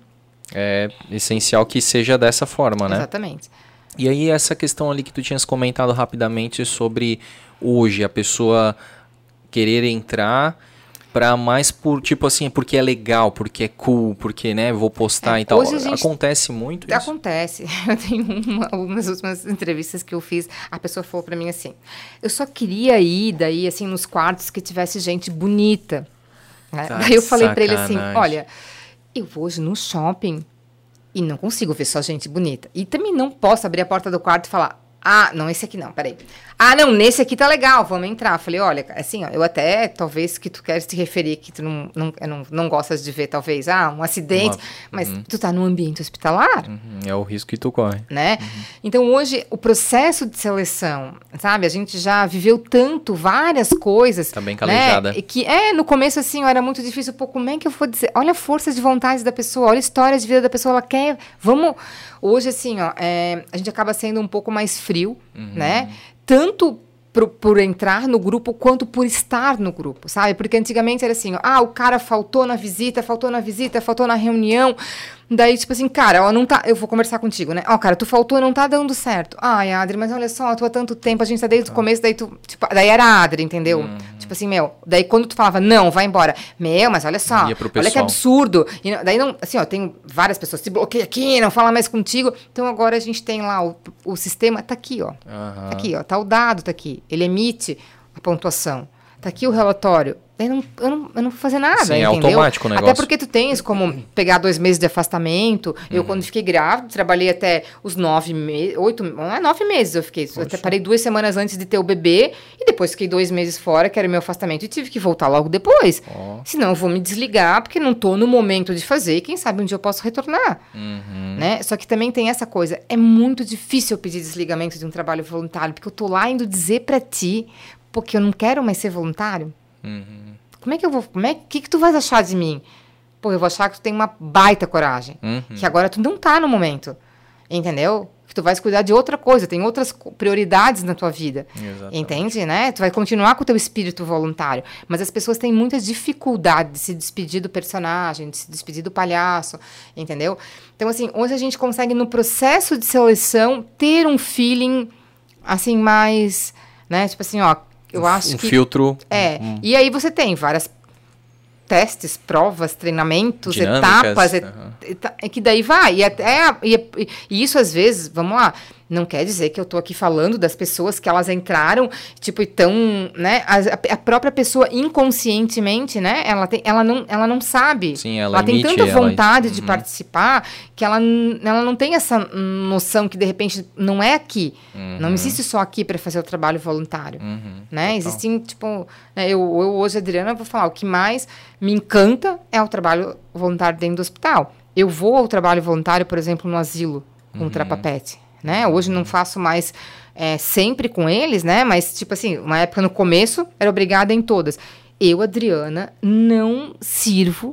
é essencial que seja dessa forma, né? Exatamente. E aí essa questão ali que tu tinhas comentado rapidamente sobre hoje a pessoa querer entrar para mais por, tipo assim, porque é legal, porque é cool, porque, né, vou postar e tal. Acontece muito isso? Acontece. Eu tenho umas últimas entrevistas que eu fiz, a pessoa falou para mim assim, eu só queria ir daí, assim, nos quartos que tivesse gente bonita. Né? Daí eu falei para ele assim, olha, eu vou hoje no shopping e não consigo ver só gente bonita. E também não posso abrir a porta do quarto e falar, ah, não, esse aqui não, peraí. Ah, não, nesse aqui tá legal, vamos entrar. Falei, olha, assim, ó, eu até, talvez, que tu queres te referir, que tu não gostas de ver, talvez, um acidente, mas tu tá num ambiente hospitalar. É o risco que tu corre. Né? Então, hoje, o processo de seleção, sabe, a gente já viveu tanto, várias coisas. Tá bem calejada. Né? Que, no começo, assim, era muito difícil, pô, como é que eu vou dizer? Olha a força de vontade da pessoa, olha a história de vida da pessoa, ela quer, vamos... Hoje, assim, ó, a gente acaba sendo um pouco mais frio, né? Tanto por entrar no grupo, quanto por estar no grupo, sabe? Porque antigamente era assim, ó, o cara faltou na visita, faltou na reunião. Daí, tipo assim, cara, ó, não tá... Eu vou conversar contigo, né? Ó, cara, tu faltou, não tá dando certo. Ai, Adri, mas olha só, tu há tanto tempo, a gente tá desde o começo, daí tu... Tipo, daí era a Adri, entendeu? Tipo assim, daí quando tu falava, não, vai embora. Mas olha só, olha que absurdo. E daí não... Assim, ó, tem várias pessoas, se bloqueia aqui, não fala mais contigo. Então, agora a gente tem lá, o sistema tá aqui, ó. Tá aqui, ó, tá o dado, tá aqui. Ele emite a pontuação. Tá aqui o relatório. eu não vou fazer nada, Sim, é entendeu? automático o negócio. Até porque tu tens como pegar 2 meses de afastamento. Eu, quando fiquei grávida, trabalhei até os 9 meses, 9 meses eu fiquei. Eu até parei 2 semanas antes de ter o bebê, e depois fiquei 2 meses fora, que era o meu afastamento, e tive que voltar logo depois. Senão eu vou me desligar, porque não tô no momento de fazer, e quem sabe um dia eu posso retornar. Né? Só que também tem essa coisa, é muito difícil eu pedir desligamento de um trabalho voluntário, porque eu tô lá indo dizer pra ti, porque eu não quero mais ser voluntário. Como é que eu vou... que tu vais achar de mim? Pô, eu vou achar que tu tem uma baita coragem. Que agora tu não tá no momento. Entendeu? Que tu vais cuidar de outra coisa. Tem outras prioridades na tua vida. Exatamente. Entende, né? Tu vai continuar com o teu espírito voluntário. Mas as pessoas têm muita dificuldade de se despedir do personagem, de se despedir do palhaço. Entendeu? Então, assim, hoje a gente consegue, no processo de seleção, ter um feeling, assim, mais... né? Tipo assim, ó... Eu acho que... filtro. E aí você tem várias testes, provas, treinamentos, dinâmicas, etapas, que daí vai. E isso, às vezes, vamos lá, não quer dizer que eu tô aqui falando das pessoas que elas entraram, tipo, e tão, né, a própria pessoa inconscientemente, né, ela não sabe. Sim, ela tem tanta vontade de participar que ela não tem essa noção que, de repente, não é aqui. Não existe só aqui para fazer o trabalho voluntário, né? Existem, tipo, né, eu hoje, Adriana, vou falar, o que mais me encanta é o trabalho voluntário dentro do hospital. Eu vou ao trabalho voluntário, por exemplo, no asilo, com o Trapapete. Né? Hoje não faço mais sempre com eles, né? Mas, tipo assim, uma época no começo, era obrigada em todas. Eu, Adriana, não sirvo,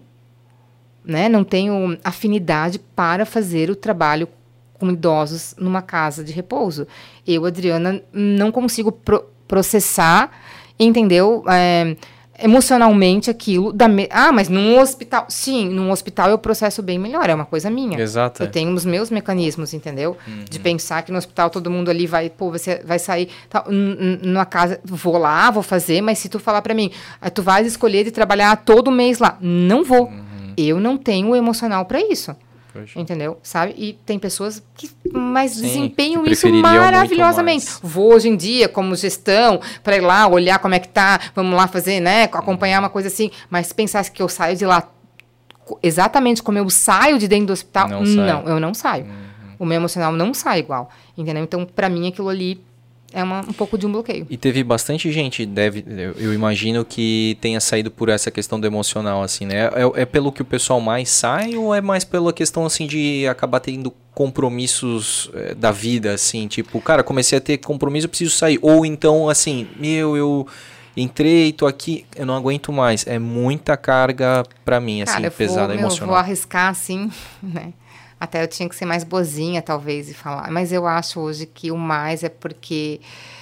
né? Não tenho afinidade para fazer o trabalho com idosos numa casa de repouso. Eu, Adriana, não consigo processar, entendeu? Emocionalmente aquilo. Mas num hospital... Sim, num hospital eu processo bem melhor, é uma coisa minha. Exato. Eu tenho os meus mecanismos, entendeu? De pensar que no hospital todo mundo ali você vai sair... Tal, numa casa, vou lá, vou fazer, mas se tu falar pra mim, tu vais escolher de trabalhar todo mês lá. Não vou. Eu não tenho o emocional pra isso. Entendeu? Sabe? E tem pessoas que desempenham isso maravilhosamente. Vou hoje em dia, como gestão, para ir lá, olhar como é que tá, vamos lá fazer, né? Acompanhar uma coisa assim. Mas se pensasse que eu saio de lá exatamente como eu saio de dentro do hospital, não, eu não saio. O meu emocional não sai igual. Entendeu? Então, para mim, aquilo ali é um pouco de um bloqueio. E teve bastante gente, eu imagino, que tenha saído por essa questão do emocional, assim, né? É pelo que o pessoal mais sai ou é mais pela questão, assim, de acabar tendo compromissos da vida, assim? Tipo, cara, comecei a ter compromisso, eu preciso sair. Ou então, assim, eu entrei, tô aqui, eu não aguento mais. É muita carga pra mim, assim, cara, pesada, emocional. Eu vou arriscar, assim, né? Até eu tinha que ser mais boazinha, talvez, e falar. Mas eu acho hoje que o mais é porque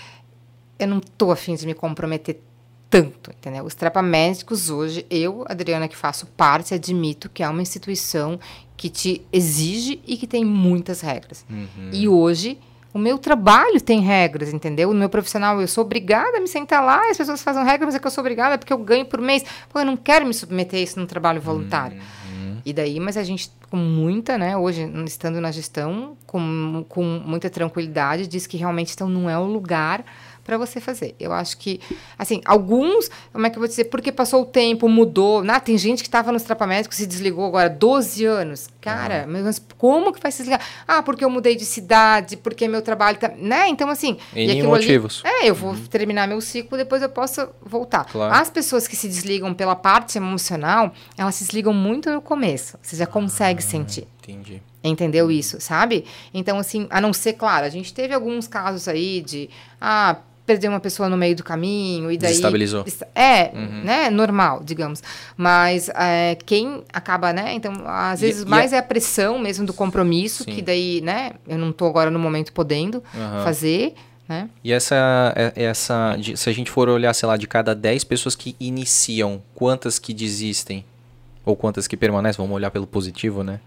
eu não tô a fim de me comprometer tanto, entendeu? Os Trapamédicos hoje, eu, Adriana, que faço parte, admito que é uma instituição que te exige e que tem muitas regras. E hoje, o meu trabalho tem regras, entendeu? No meu profissional, eu sou obrigada a me sentar lá, as pessoas fazem regras, mas é que eu sou obrigada porque eu ganho por mês. Pô, eu não quero me submeter a isso num trabalho voluntário. E daí, mas a gente, com muita, né, hoje, estando na gestão, com muita tranquilidade, diz que realmente então não é o lugar para você fazer. Eu acho que, assim, alguns, como é que eu vou dizer, porque passou o tempo, mudou, tem gente que estava nos Trapamédicos e se desligou agora 12 anos. Cara, mas como que vai se desligar? Porque eu mudei de cidade, porque meu trabalho tá, né? Então, assim... Em motivos. Ali, eu vou terminar meu ciclo, depois eu posso voltar. Claro. As pessoas que se desligam pela parte emocional, elas se desligam muito no começo. Você já consegue sentir. Entendi. Entendeu isso, sabe? Então, assim, a não ser, claro, a gente teve alguns casos aí de... perder uma pessoa no meio do caminho e daí... Desestabilizou. Né, normal, digamos. Mas quem acaba, né, então, às vezes mais é a pressão mesmo do compromisso, sim, que daí, né, eu não tô agora no momento podendo fazer, né. E essa, se a gente for olhar, sei lá, de cada 10 pessoas que iniciam, quantas que desistem? Ou quantas que permanecem? Vamos olhar pelo positivo, né?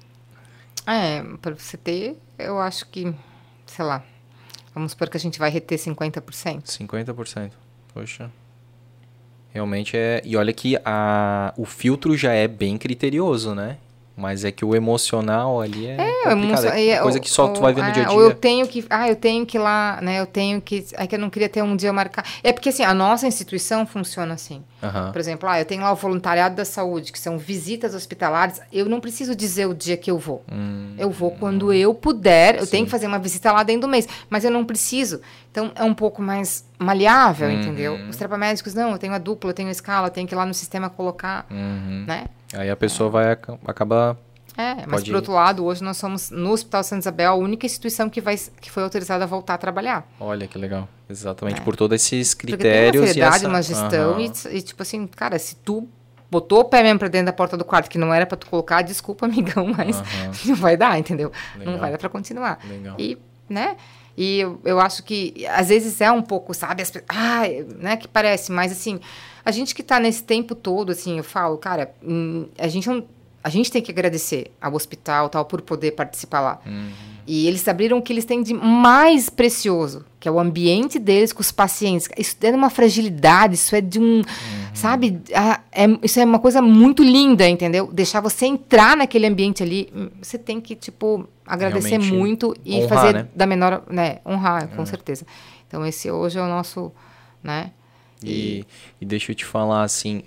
Para você ter, eu acho que, sei lá, vamos supor que a gente vai reter 50%. 50%. Poxa. Realmente é... E olha que o filtro já é bem criterioso, né? Mas é que o emocional ali é complicado. É coisa que só tu vai ver no dia a dia. Ou eu tenho que ir lá, né? É que eu não queria ter um dia marcado. É porque, assim, a nossa instituição funciona assim. Por exemplo, eu tenho lá o voluntariado da saúde, que são visitas hospitalares. Eu não preciso dizer o dia que eu vou. Eu vou quando eu puder. Eu tenho que fazer uma visita lá dentro do mês, mas eu não preciso. Então, é um pouco mais maleável, entendeu? Os trapamédicos, não, eu tenho a dupla, eu tenho a escala, eu tenho que ir lá no sistema colocar, né? Aí a pessoa vai acabar... mas por outro lado, hoje nós somos, no Hospital Santa Isabel, a única instituição que foi autorizada a voltar a trabalhar. Olha que legal. Exatamente, por todos esses Porque critérios. tem uma seriedade, uma gestão e tipo assim, cara, se tu botou o pé mesmo pra dentro da porta do quarto que não era pra tu colocar, desculpa, amigão, mas não vai dar, entendeu? Legal. Não vai dar pra continuar. Legal. E, né? E eu acho que, às vezes, é um pouco, sabe? Né? Que parece, mas assim, a gente que tá nesse tempo todo, assim, eu falo, cara, a gente tem que agradecer ao hospital, tal, por poder participar lá. E eles abriram o que eles têm de mais precioso, que é o ambiente deles com os pacientes. Isso é de uma fragilidade, isso é de um... Sabe? Isso é uma coisa muito linda, entendeu? Deixar você entrar naquele ambiente ali, você tem que, tipo, agradecer realmente muito e honrar, fazer, né? Da menor... Né? Honrar, com certeza. Então, esse hoje é o nosso... Né? E deixa eu te falar, assim...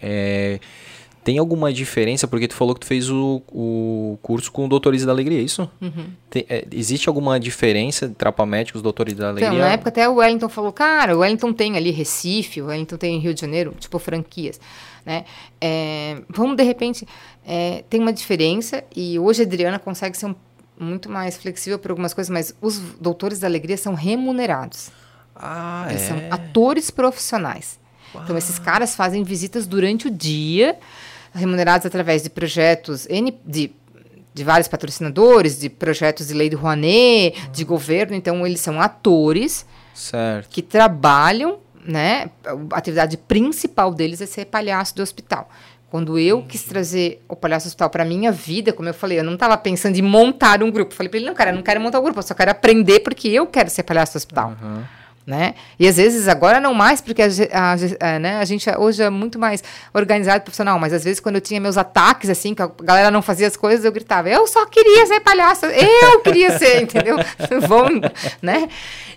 Tem alguma diferença, porque tu falou que tu fez o curso com Doutores da Alegria, é isso? Existe alguma diferença de trapamédicos, Doutores da Alegria? Então, na época até o Wellington falou, cara, o Wellington tem ali Recife, o Wellington tem Rio de Janeiro, tipo franquias, né? Vamos, de repente, tem uma diferença, e hoje a Adriana consegue ser muito mais flexível para algumas coisas, mas os Doutores da Alegria são remunerados. Eles são atores profissionais. Uau. Então, esses caras fazem visitas durante o dia, remunerados através de projetos de vários patrocinadores, de projetos de lei do Rouanet, de governo. Então, eles são atores que trabalham, né? A atividade principal deles é ser palhaço do hospital. Quando eu quis trazer o Palhaço do Hospital para a minha vida, como eu falei, eu não estava pensando em montar um grupo. Falei para ele, não, cara, eu não quero montar um grupo, eu só quero aprender porque eu quero ser palhaço do hospital. Né? E às vezes agora não mais, porque né, a gente hoje é muito mais organizado e profissional, mas às vezes quando eu tinha meus ataques, assim, que a galera não fazia as coisas, eu gritava, eu só queria ser palhaço, eu queria ser, entendeu? Vamos, né?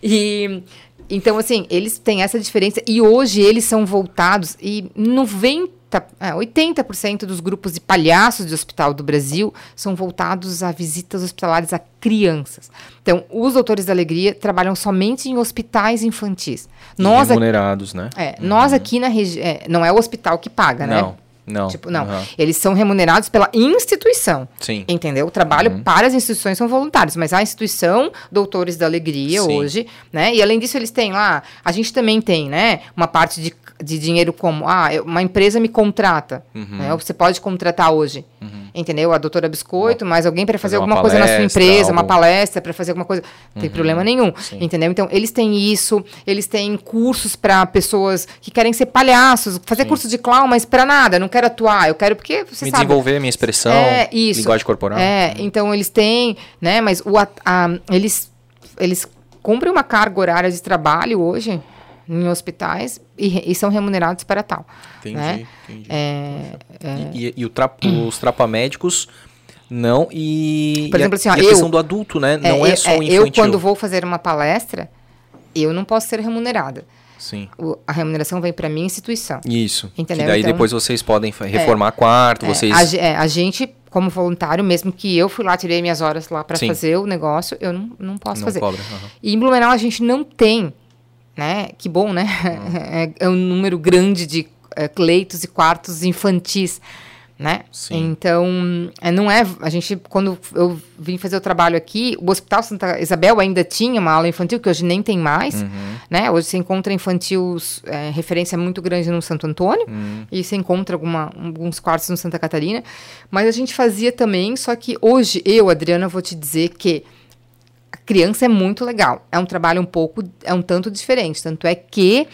E então, assim, eles têm essa diferença e hoje eles são voltados e 80% dos grupos de palhaços de hospital do Brasil são voltados a visitas hospitalares a crianças. Então, os Doutores da Alegria trabalham somente em hospitais infantis. Nós remunerados, né? Nós aqui na região... não é o hospital que paga, né? Não. Tipo, não. Eles são remunerados pela instituição. Sim. Entendeu? O trabalho para as instituições são voluntários, mas a instituição Doutores da Alegria hoje, né? E além disso, eles têm lá... A gente também tem, né? Uma parte de dinheiro como... uma empresa me contrata. Né? Você pode contratar hoje. Entendeu? A doutora Biscoito, mas alguém para fazer alguma coisa na sua empresa, uma palestra para fazer alguma coisa. Não tem problema nenhum. Sim. Entendeu? Então, eles têm isso. Eles têm cursos para pessoas que querem ser palhaços. Fazer curso de clown, mas para nada. Não quero atuar. Eu quero porque, você sabe... desenvolver minha expressão, linguagem corporal. Então, eles têm... né? Mas eles cumprem uma carga horária de trabalho hoje em hospitais e são remunerados para tal. Entendi, né? Entendi. Os trapamédicos não, por exemplo, assim, a questão do adulto, né? Não é só o infantil. Eu, quando vou fazer uma palestra, eu não posso ser remunerada. Sim. A remuneração vem para minha instituição. Isso. Entendeu? Que daí então, depois vocês podem reformar quarto, vocês... A gente, como voluntário, mesmo que eu fui lá, tirei minhas horas lá para fazer o negócio, eu não posso fazer. Cobra. E em Blumenau a gente não tem, né? Que bom, né? É um número grande de leitos e quartos infantis, né? Sim. Então, não é... A gente, quando eu vim fazer o trabalho aqui, o Hospital Santa Isabel ainda tinha uma ala infantil, que hoje nem tem mais, né? Hoje você encontra infantil, referência muito grande no Santo Antônio, e você encontra alguns quartos no Santa Catarina, mas a gente fazia também, só que hoje, Adriana, vou te dizer que a criança é muito legal. É um trabalho um tanto diferente, tanto é que...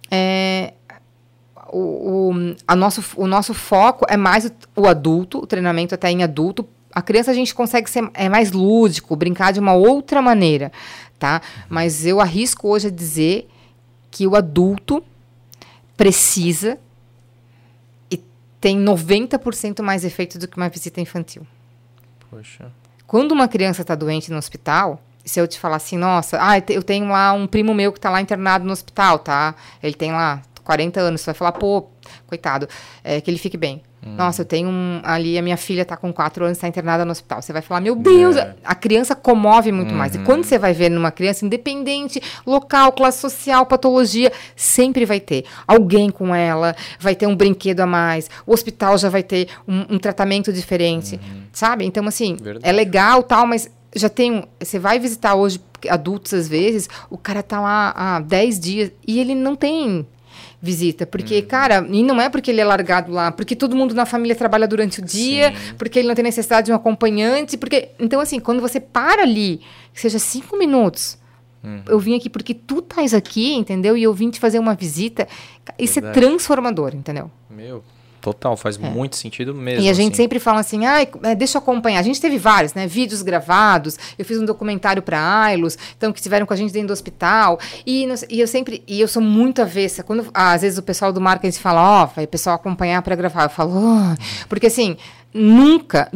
O nosso foco é mais o adulto, o treinamento até em adulto. A criança a gente consegue ser mais lúdico, brincar de uma outra maneira, tá? Mas eu arrisco hoje a dizer que o adulto precisa e tem 90% mais efeito do que uma visita infantil. Poxa. Quando uma criança está doente no hospital, se eu te falar assim, nossa, eu tenho lá um primo meu que está lá internado no hospital, tá? Ele tem lá 40 anos, você vai falar, pô, coitado, que ele fique bem. Nossa, eu tenho ali, a minha filha tá com 4 anos, está internada no hospital. Você vai falar, meu Deus, a criança comove muito mais. E quando você vai ver numa criança, independente, local, classe social, patologia, sempre vai ter alguém com ela, vai ter um brinquedo a mais, o hospital já vai ter um tratamento diferente, sabe? Então, assim, é legal, tal, mas já tem, você vai visitar hoje adultos, às vezes, o cara tá lá há 10 dias e ele não tem visita, porque, cara, e não é porque ele é largado lá, porque todo mundo na família trabalha durante o dia, porque ele não tem necessidade de um acompanhante, porque, então, assim, quando você para ali, que seja 5 minutos, eu vim aqui porque tu estás aqui, entendeu? E eu vim te fazer uma visita, isso é transformador, entendeu? Meu, total, faz muito sentido mesmo. E a gente sempre fala assim, deixa eu acompanhar. A gente teve vários, né? Vídeos gravados. Eu fiz um documentário para a Ailos, então, que estiveram com a gente dentro do hospital. E eu sou muito avessa. Quando, às vezes, o pessoal do marketing fala, vai o pessoal acompanhar para gravar. Eu falo, porque assim, nunca...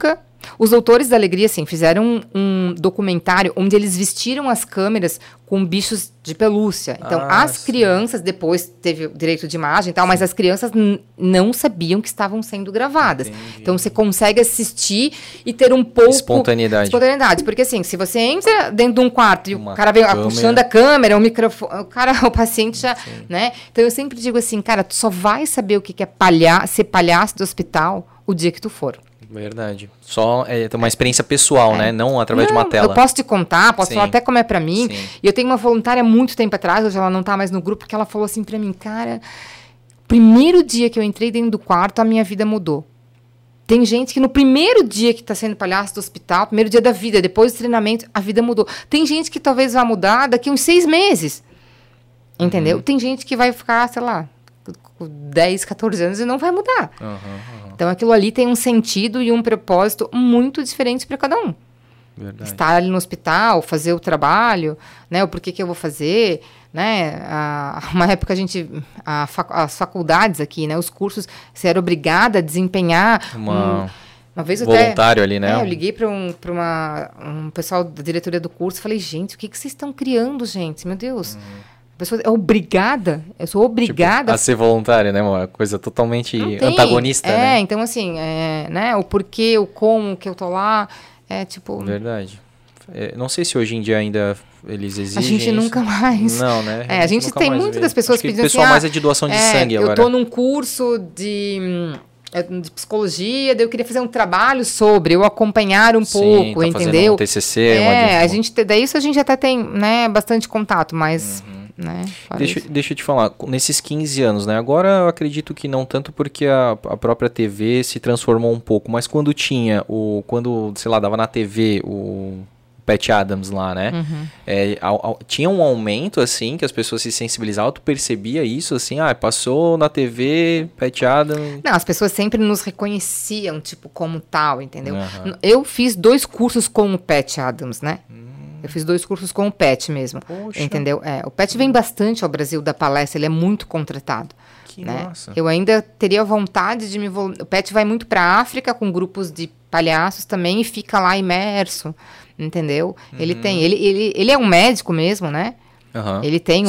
Os Doutores da Alegria, assim, fizeram um documentário onde eles vestiram as câmeras com bichos de pelúcia. Então, as crianças, depois teve o direito de imagem e tal, mas as crianças não sabiam que estavam sendo gravadas. Entendi. Então, você consegue assistir e ter um pouco... Espontaneidade. Porque, assim, se você entra dentro de um quarto e o cara vem puxando a câmera, o microfone, o paciente já, né? Então, eu sempre digo assim, cara, tu só vai saber o que é ser palhaço do hospital o dia que tu for. Verdade. Só uma experiência pessoal, né? Não através de uma tela. Eu posso te contar, posso falar até como é pra mim. Sim. E eu tenho uma voluntária muito tempo atrás, hoje ela não tá mais no grupo, que ela falou assim pra mim, cara, primeiro dia que eu entrei dentro do quarto, a minha vida mudou. Tem gente que no primeiro dia que tá sendo palhaço do hospital, primeiro dia da vida, depois do treinamento, a vida mudou. Tem gente que talvez vá mudar daqui uns 6 meses. Entendeu? Tem gente que vai ficar, sei lá, 10, 14 anos e não vai mudar. Então, aquilo ali tem um sentido e um propósito muito diferentes para cada um. Verdade. Estar ali no hospital, fazer o trabalho, né? O porquê que eu vou fazer, né? Uma época as faculdades aqui, né? Os cursos, você era obrigada a desempenhar uma vez voluntário ali, né? Eu liguei para um pessoal da diretoria do curso e falei, gente, o que vocês estão criando, gente? Meu Deus... A pessoa é obrigada, eu sou obrigada... a ser voluntária, né, uma coisa totalmente antagonista, né? Então, assim, né, o porquê, o como que eu tô lá, Verdade. Não sei se hoje em dia ainda eles exigem a gente nunca mais... Não, né? A gente tem muitas das pessoas pedindo assim... O pessoal mais é de doação de sangue agora. Eu tô num curso de psicologia, daí eu queria fazer um trabalho sobre, eu acompanhar um pouco, entendeu? Um TCC, daí isso a gente até tem, né, bastante contato, mas... Né? Deixa eu te falar, nesses 15 anos, né? Agora eu acredito que não tanto porque a própria TV se transformou um pouco, mas quando sei lá, dava na TV o Pat Adams lá, né? Tinha um aumento, assim, que as pessoas se sensibilizavam, tu percebia isso, assim, passou na TV, Pat Adams... Não, as pessoas sempre nos reconheciam, tipo, como tal, entendeu? Eu fiz 2 cursos com o Pat Adams, né? Eu fiz 2 cursos com o Pat mesmo. Poxa. Entendeu? O Pat vem bastante ao Brasil da palestra, ele é muito contratado. Que massa. Eu ainda teria vontade de o Pat vai muito para a África com grupos de palhaços também e fica lá imerso, entendeu? Ele é um médico mesmo, né? Ele tem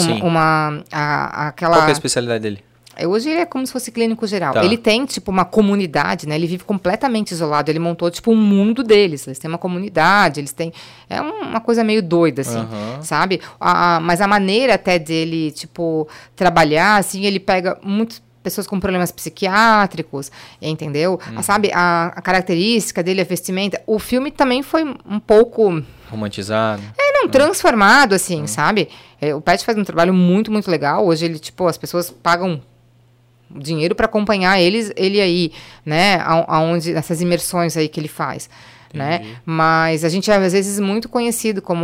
aquela... Qual que é a especialidade dele? Hoje ele é como se fosse clínico geral. Ele tem, tipo, uma comunidade, né? Ele vive completamente isolado. Ele montou, tipo, um mundo deles. Eles têm uma comunidade, eles têm... É uma coisa meio doida, assim, sabe? Mas a maneira até dele, tipo, trabalhar, assim, ele pega muitas pessoas com problemas psiquiátricos, entendeu? Sabe? A característica dele, a vestimenta. O filme também foi um pouco... romantizado. Transformado, assim, sabe? O Pat faz um trabalho muito, muito legal. Hoje ele, tipo, as pessoas pagam dinheiro para acompanhar ele aí, né? Essas imersões aí que ele faz, né? Mas a gente é, às vezes, muito conhecido como,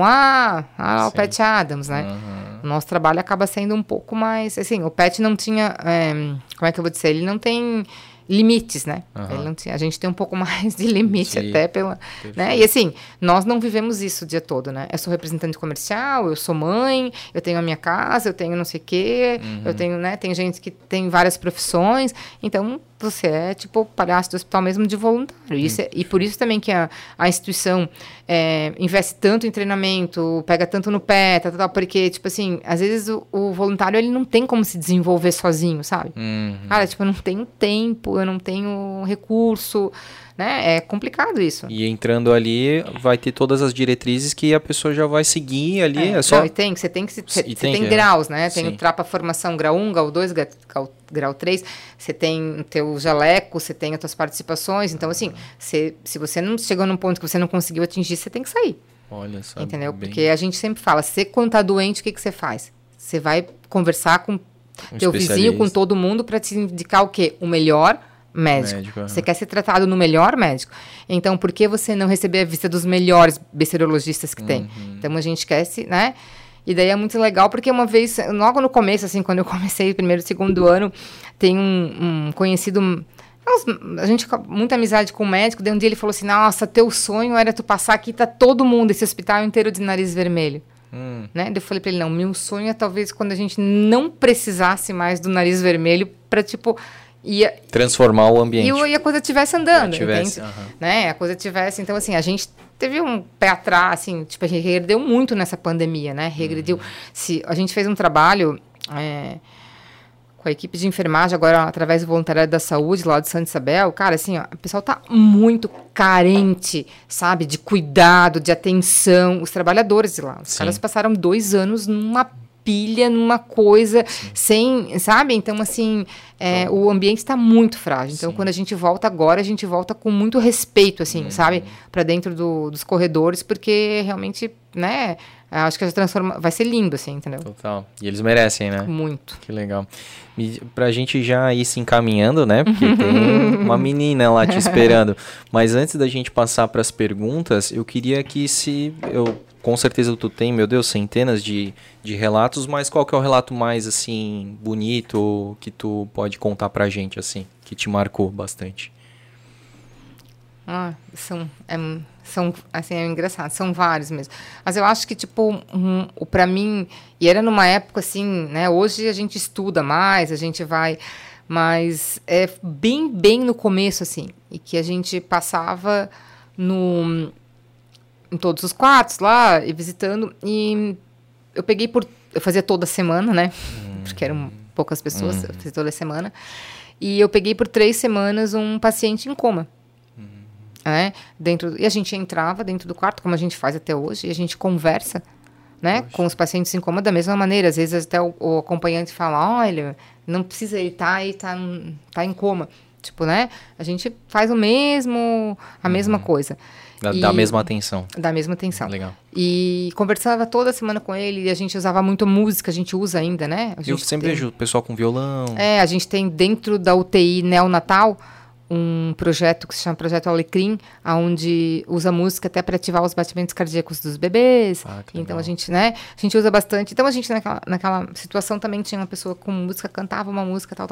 o Pat Adams, né? O nosso trabalho acaba sendo um pouco mais, assim, o Pat não tinha, como é que eu vou dizer? Ele não tem limites, né? Ele não tinha, a gente tem um pouco mais de limite até pela, né? E assim, nós não vivemos isso o dia todo, né? Eu sou representante comercial, eu sou mãe, eu tenho a minha casa, eu tenho não sei o quê, eu tenho, né? Tem gente que tem várias profissões, então você é tipo palhaço do hospital mesmo de voluntário. Isso e por isso também que a instituição investe tanto em treinamento, pega tanto no pé, porque, tipo assim, às vezes o voluntário ele não tem como se desenvolver sozinho, sabe? Cara, tipo, eu não tenho tempo, eu não tenho recurso, né? É complicado isso. E entrando ali, vai ter todas as diretrizes que a pessoa já vai seguir ali. É só... Não, você tem graus, né? Tem o Trapa Formação grau 1, grau 2, grau 3, você tem o teu jaleco, você tem as tuas participações. Então, assim, se você não chegou num ponto que você não conseguiu atingir, você tem que sair. Olha só. Entendeu? Porque a gente sempre fala, você quando tá doente, o que você faz? Você vai conversar com teu vizinho, com todo mundo, para te indicar o quê? O melhor médico. Você quer ser tratado no melhor médico. Então, por que você não receber a vista dos melhores bacteriologistas que tem? Então, a gente quer né? E daí é muito legal, porque uma vez, logo no começo, assim, quando eu comecei o primeiro, segundo ano, tem um conhecido... A gente com muita amizade com o médico, daí um dia ele falou assim, nossa, teu sonho era tu passar aqui, tá todo mundo, esse hospital inteiro de nariz vermelho. Né? Daí eu falei pra ele, não, meu sonho é talvez quando a gente não precisasse mais do nariz vermelho pra, tipo... transformar o ambiente. E a coisa estivesse andando, entende? Né? A coisa tivesse... Então, assim, a gente teve um pé atrás, assim, tipo, a gente regrediu muito nessa pandemia, né? Regrediu. A gente fez um trabalho com a equipe de enfermagem, agora através do voluntariado da saúde, lá de Santa Isabel. Cara, assim, ó, o pessoal tá muito carente, sabe? De cuidado, de atenção. Os trabalhadores de lá. Os caras passaram 2 anos numa pilha, numa coisa sem, sabe? Então, assim, o ambiente está muito frágil. Então, quando a gente volta agora, a gente volta com muito respeito, assim, sabe? Para dentro dos corredores, porque realmente, né? Acho que vai ser lindo, assim, entendeu? Total. E eles merecem, né? Muito. Que legal. Pra gente já ir se encaminhando, né? Porque tem uma menina lá te esperando. Mas antes da gente passar para as perguntas, eu queria que com certeza tu tem, meu Deus, centenas de relatos, mas qual que é o relato mais, assim, bonito que tu pode contar pra gente, assim, que te marcou bastante? São assim, é engraçado, são vários mesmo. Mas eu acho que, tipo, pra mim, e era numa época, assim, né, hoje a gente estuda mais, a gente vai, mas é bem no começo, assim, e que a gente passava em todos os quartos lá, e visitando, e eu fazia toda semana, né, porque eram poucas pessoas, eu fazia toda semana, e eu peguei por 3 semanas um paciente em coma. Né? E a gente entrava dentro do quarto, como a gente faz até hoje, e a gente conversa, né, com os pacientes em coma da mesma maneira. Às vezes até o acompanhante fala, olha, não precisa, ele tá em coma. Tipo, né? A gente faz a mesma coisa. Da mesma atenção. Da mesma atenção. Legal. E conversava toda semana com ele, e a gente usava muito música, a gente usa ainda, né? Eu sempre vejo o pessoal com violão. A gente tem dentro da UTI neonatal um projeto que se chama Projeto Alecrim, onde usa música até para ativar os batimentos cardíacos dos bebês. Então a gente usa bastante. Então a gente naquela situação também tinha uma pessoa com música, cantava uma música, tal.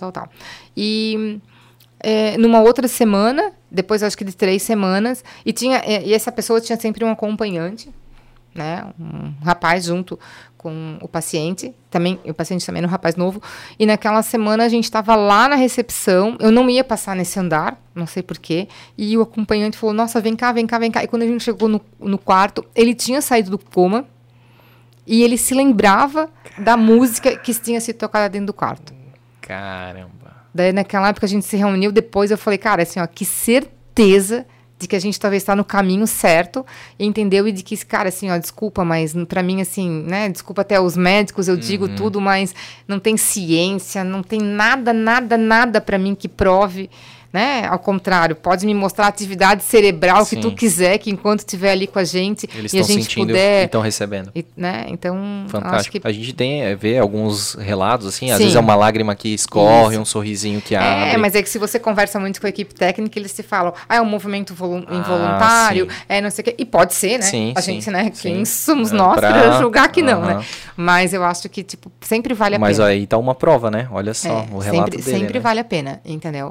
E numa outra semana, depois acho que de 3 semanas, e essa pessoa tinha sempre um acompanhante, né, um rapaz junto com o paciente também era um rapaz novo, e naquela semana a gente estava lá na recepção, eu não ia passar nesse andar, não sei porquê, e o acompanhante falou, nossa, vem cá, e quando a gente chegou no quarto, ele tinha saído do coma, e ele se lembrava da música que tinha sido tocada dentro do quarto. Caramba! Daí naquela época a gente se reuniu, depois eu falei, cara, assim, ó, que certeza de que a gente talvez está no caminho certo, e entendeu, e de que, cara, assim, ó, desculpa, mas para mim, assim, né, desculpa até os médicos, eu digo tudo, mas não tem ciência, não tem nada para mim que prove, né, ao contrário, pode me mostrar a atividade cerebral que tu quiser, que enquanto estiver ali com a gente, eles e a gente sentindo puder... e estão recebendo. Né, então... Fantástico. Acho que... A gente vê alguns relatos, assim, às vezes é uma lágrima que escorre, um sorrisinho que abre. Mas é que se você conversa muito com a equipe técnica, eles te falam, é um movimento involuntário, não sei o quê. E pode ser, né? Sim, a gente, né? Quem somos nós para julgar que não, né? Mas eu acho que, tipo, sempre vale a pena. Mas aí tá uma prova, né? Olha só, o relato dele, sempre né? vale a pena, entendeu?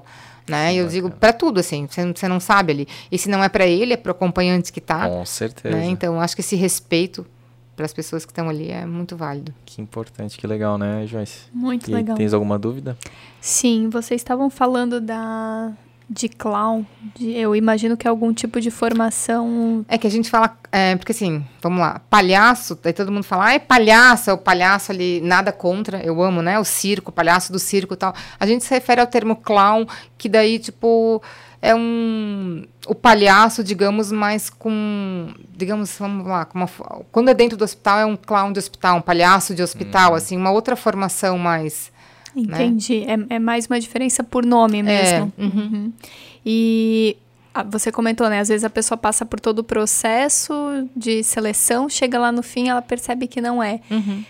né? Eu digo para tudo, assim, você não sabe ali. E se não é para ele, é para o acompanhante que tá. Com certeza. Né? Então, acho que esse respeito para as pessoas que estão ali é muito válido. Que importante, que legal, né, Joyce? Muito legal. Tens alguma dúvida? Sim, vocês estavam falando de clown, eu imagino que é algum tipo de formação... É que a gente fala, porque assim, vamos lá, palhaço, aí todo mundo fala, é o palhaço ali, nada contra, eu amo, né, o circo, o palhaço do circo e tal. A gente se refere ao termo clown, que daí, tipo, é o palhaço, digamos, mas com, digamos, vamos lá, quando é dentro do hospital, é um clown de hospital, um palhaço de hospital, assim, uma outra formação mais... Entendi. Né? É mais uma diferença por nome mesmo. Uhum. E você comentou, né? Às vezes a pessoa passa por todo o processo de seleção, chega lá no fim, ela percebe que não é.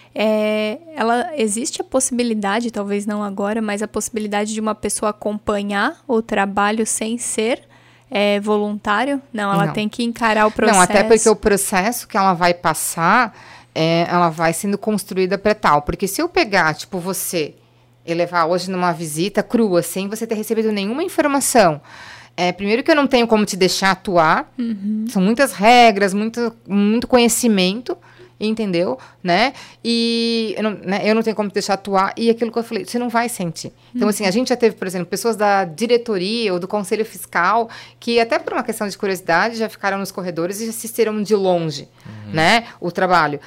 Existe a possibilidade, talvez não agora, mas a possibilidade de uma pessoa acompanhar o trabalho sem ser voluntário? Não, ela tem que encarar o processo. Não, até porque o processo que ela vai passar, ela vai sendo construída para tal. Porque se eu pegar, tipo, você... e levar hoje numa visita crua, sem você ter recebido nenhuma informação. Primeiro que eu não tenho como te deixar atuar. São muitas regras, muito conhecimento, entendeu? Né? E eu não tenho como te deixar atuar. E aquilo que eu falei, você não vai sentir. Então, assim, a gente já teve, por exemplo, pessoas da diretoria ou do conselho fiscal que, até por uma questão de curiosidade, já ficaram nos corredores e assistiram de longe, né? O trabalho.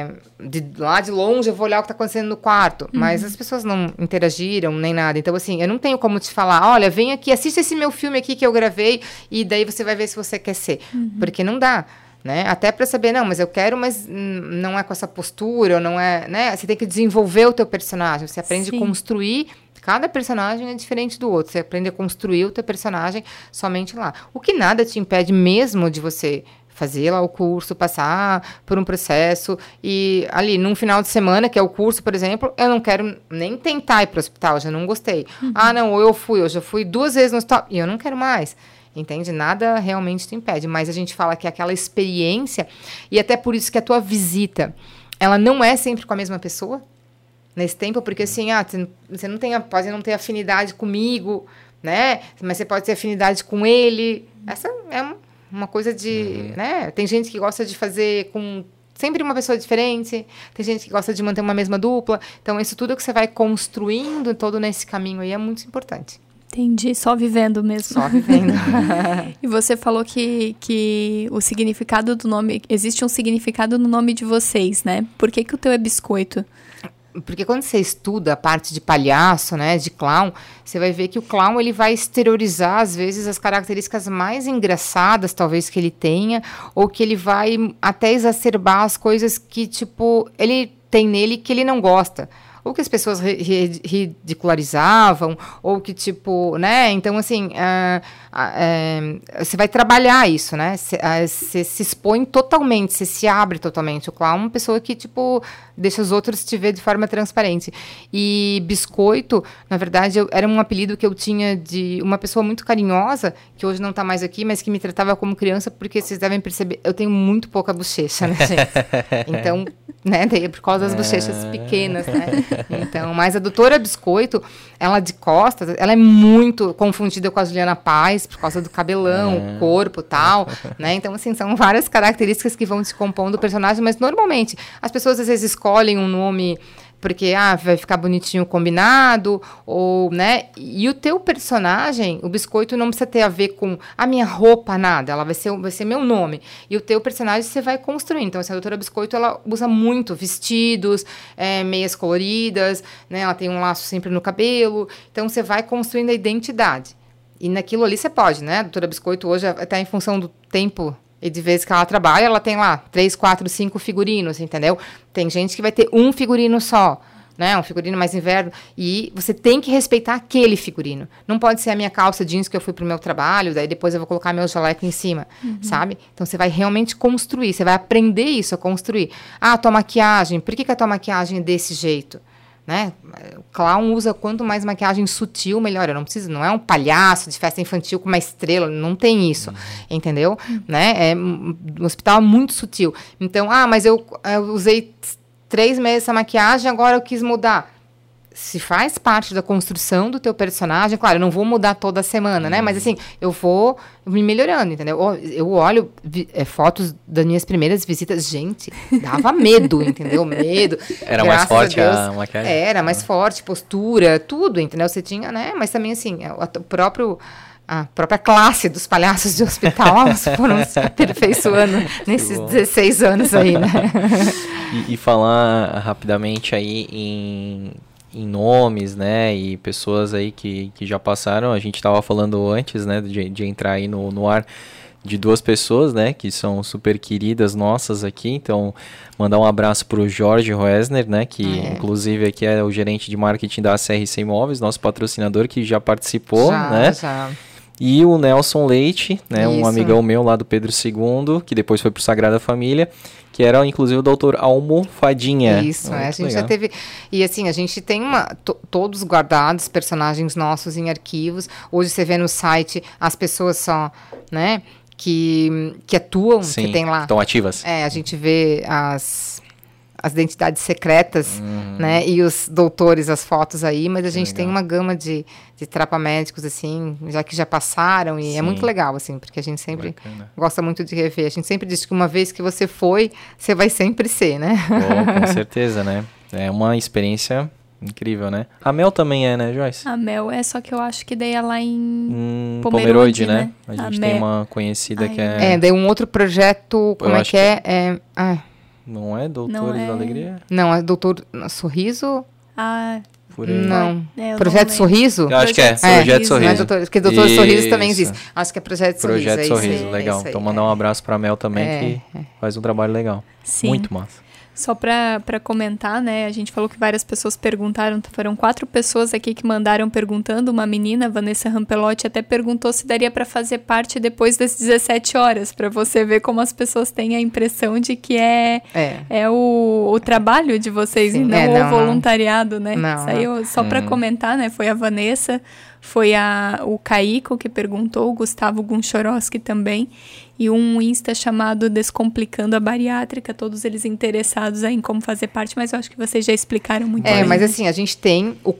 Lá de longe eu vou olhar o que está acontecendo no quarto. Mas as pessoas não interagiram nem nada. Então, assim, eu não tenho como te falar, olha, vem aqui, assiste esse meu filme aqui que eu gravei e daí você vai ver se você quer ser. Porque não dá. Né? Até para saber, não, mas eu quero, mas não é com essa postura, não é, né? Você tem que desenvolver o teu personagem, você aprende a construir, cada personagem é diferente do outro, você aprende a construir o teu personagem somente lá. O que nada te impede mesmo de você fazer lá o curso, passar por um processo e ali, num final de semana, que é o curso, por exemplo, eu não quero nem tentar ir para o hospital, já não gostei. Não, eu já fui 2 vezes no hospital e eu não quero mais. Entende? Nada realmente te impede, mas a gente fala que aquela experiência, e até por isso que a tua visita, ela não é sempre com a mesma pessoa, nesse tempo, porque assim, você pode não ter afinidade comigo, né? Mas você pode ter afinidade com ele. Essa é uma coisa de, né? Tem gente que gosta de fazer com sempre uma pessoa diferente, tem gente que gosta de manter uma mesma dupla, então isso tudo que você vai construindo todo nesse caminho aí é muito importante. Entendi, só vivendo mesmo. Só vivendo. E você falou que o significado do nome... Existe um significado no nome de vocês, né? Por que o teu é biscoito? Porque quando você estuda a parte de palhaço, né, de clown, você vai ver que o clown ele vai exteriorizar, às vezes, as características mais engraçadas, talvez, que ele tenha, ou que ele vai até exacerbar as coisas que, tipo, ele tem nele que ele não gosta. Ou que as pessoas ridicularizavam, ou que, tipo, né? Então, assim, você vai trabalhar isso, né? Você se expõe totalmente, você se abre totalmente. O clown é uma pessoa que, tipo, deixa os outros te ver de forma transparente. E biscoito, na verdade, era um apelido que eu tinha de uma pessoa muito carinhosa, que hoje não está mais aqui, mas que me tratava como criança, porque vocês devem perceber, eu tenho muito pouca bochecha, né, gente? Então, né, daí é por causa das bochechas pequenas, né? Então, mas a doutora Biscoito, ela de costas, ela é muito confundida com a Juliana Paz, por causa do cabelão, corpo e tal, né? Então, assim, são várias características que vão se compondo do personagem, mas normalmente as pessoas às vezes escolhem um nome porque vai ficar bonitinho combinado, ou, né? E o teu personagem, o Biscoito, não precisa ter a ver com a minha roupa, nada. Ela vai ser meu nome. E o teu personagem você vai construindo. Então, assim, a doutora Biscoito, ela usa muito vestidos, meias coloridas, né? Ela tem um laço sempre no cabelo. Então, você vai construindo a identidade. E naquilo ali você pode, né? A doutora Biscoito hoje, até em função do tempo e de vezes que ela trabalha, ela tem lá 3, 4, 5 figurinos, entendeu? Tem gente que vai ter um figurino só, né? Um figurino mais inverno. E você tem que respeitar aquele figurino. Não pode ser a minha calça jeans que eu fui pro meu trabalho, daí depois eu vou colocar meu jaleco em cima, sabe? Então você vai realmente construir, você vai aprender isso, a construir. Tua maquiagem, por que a tua maquiagem é desse jeito? Né? O clown usa quanto mais maquiagem sutil, melhor. Eu não preciso, não é um palhaço de festa infantil com uma estrela, não tem isso, entendeu? Né? O hospital é muito sutil. Então, mas eu usei 3 meses essa maquiagem, agora eu quis mudar. se faz parte da construção do teu personagem, claro, eu não vou mudar toda semana, né? Mas assim, eu vou me melhorando, entendeu? Eu olho fotos das minhas primeiras visitas, gente, dava medo, entendeu? Medo. Era mais forte a maquiagem? Era mais forte, postura, tudo, entendeu? Você tinha, né? Mas também assim, a própria classe dos palhaços de hospital foram se aperfeiçoando nesses 16 anos aí, né? E falar rapidamente aí em nomes, né, e pessoas aí que já passaram, a gente estava falando antes, né, de entrar aí no ar, de 2 pessoas, né, que são super queridas nossas aqui, então mandar um abraço para o Jorge Roesner, né, que inclusive aqui é o gerente de marketing da CRC Imóveis, nosso patrocinador, que já participou, né? Já. E o Nelson Leite, né, um amigão meu lá do Pedro II, que depois foi pro Sagrada Família, que era inclusive o doutor Almofadinha. Isso, a gente já teve... E assim, a gente tem todos guardados, personagens nossos em arquivos. Hoje você vê no site as pessoas só, né, que atuam, sim, que tem lá. Estão ativas. A gente vê as identidades secretas, né, e os doutores, as fotos aí, mas a gente tem uma gama de trapamédicos, assim, que já passaram, e é muito legal, assim, porque a gente sempre gosta muito de rever. A gente sempre diz que uma vez que você foi, você vai sempre ser, né? Com certeza, né? É uma experiência incrível, né? A Mel também é, né, Joyce? A Mel é, só que eu acho que daí é lá em Pomerode, né? A gente tem uma conhecida que é... daí um outro projeto, como é que é? Não é Doutores da Alegria? Não, é Doutor Sorriso? Não. Projeto Sorriso? Eu acho que é. Projeto Sorriso. Porque Doutor Sorriso também existe. Acho que é Projeto Sorriso. Projeto Sorriso, legal. Então mandar um abraço pra Mel também, que faz um trabalho legal. Sim. Muito massa. Só para comentar, né, a gente falou que várias pessoas perguntaram, foram 4 pessoas aqui que mandaram perguntando, uma menina, Vanessa Rampelotti, até perguntou se daria para fazer parte depois das 17 horas, para você ver como as pessoas têm a impressão de que é o trabalho de vocês, sim, e não o voluntariado, né? Não, isso aí só para comentar, né, foi a Vanessa, foi o Caíco que perguntou, o Gustavo Gunchorowski também, e um Insta chamado Descomplicando a Bariátrica, todos eles interessados em como fazer parte, mas eu acho que vocês já explicaram muito bem. Mas assim, a gente tem o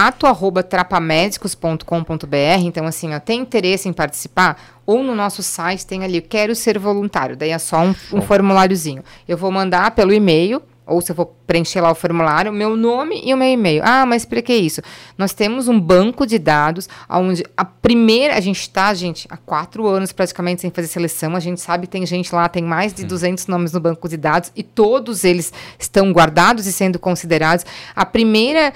contato@trapamedicos.com.br, então assim, tem interesse em participar, ou no nosso site tem ali, quero ser voluntário, daí é só um formuláriozinho. Eu vou mandar pelo e-mail, ou se eu vou preencher lá o formulário, meu nome e o meu e-mail. Mas para que isso? Nós temos um banco de dados, onde a gente está, há 4 anos praticamente sem fazer seleção, a gente sabe que tem gente lá, tem mais de 200 nomes no banco de dados, e todos eles estão guardados e sendo considerados. A primeira...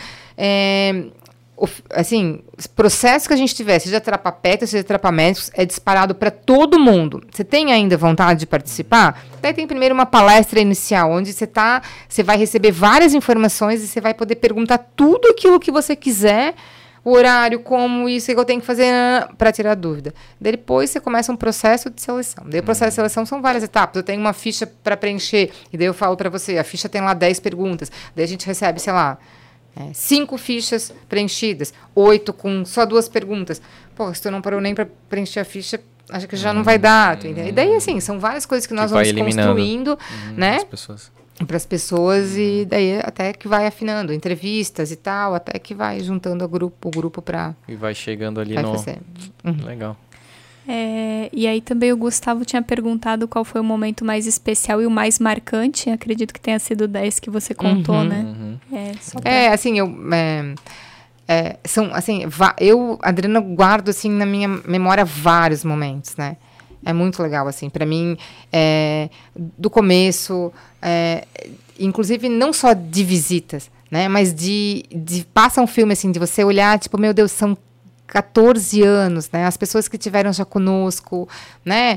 os processos que a gente tiver, seja Trapapeta, seja Trapamédicos, é disparado para todo mundo. Você tem ainda vontade de participar? Daí tem primeiro uma palestra inicial, onde você vai receber várias informações e você vai poder perguntar tudo aquilo que você quiser, o horário, como isso, que eu tenho que fazer para tirar dúvida. Daí depois você começa um processo de seleção. Daí o processo de seleção são várias etapas. Eu tenho uma ficha para preencher, e daí eu falo para você, a ficha tem lá 10 perguntas. Daí a gente recebe, 5 fichas preenchidas, 8 com só 2 perguntas. Se tu não parou nem para preencher a ficha, acho que já não vai dar. E daí, assim, são várias coisas que nós vamos construindo, né? Para as pessoas, e daí até que vai afinando, entrevistas e tal, até que vai juntando o grupo para... E vai chegando ali Legal. E aí também o Gustavo tinha perguntado qual foi o momento mais especial e o mais marcante. Acredito que tenha sido 10 que você contou, né? Eu, Adriana, guardo, assim, na minha memória vários momentos, né? É muito legal, assim, para mim, do começo, inclusive não só de visitas, né? Mas passa um filme, assim, de você olhar, tipo, meu Deus, são 14 anos, né? As pessoas que tiveram já conosco, né?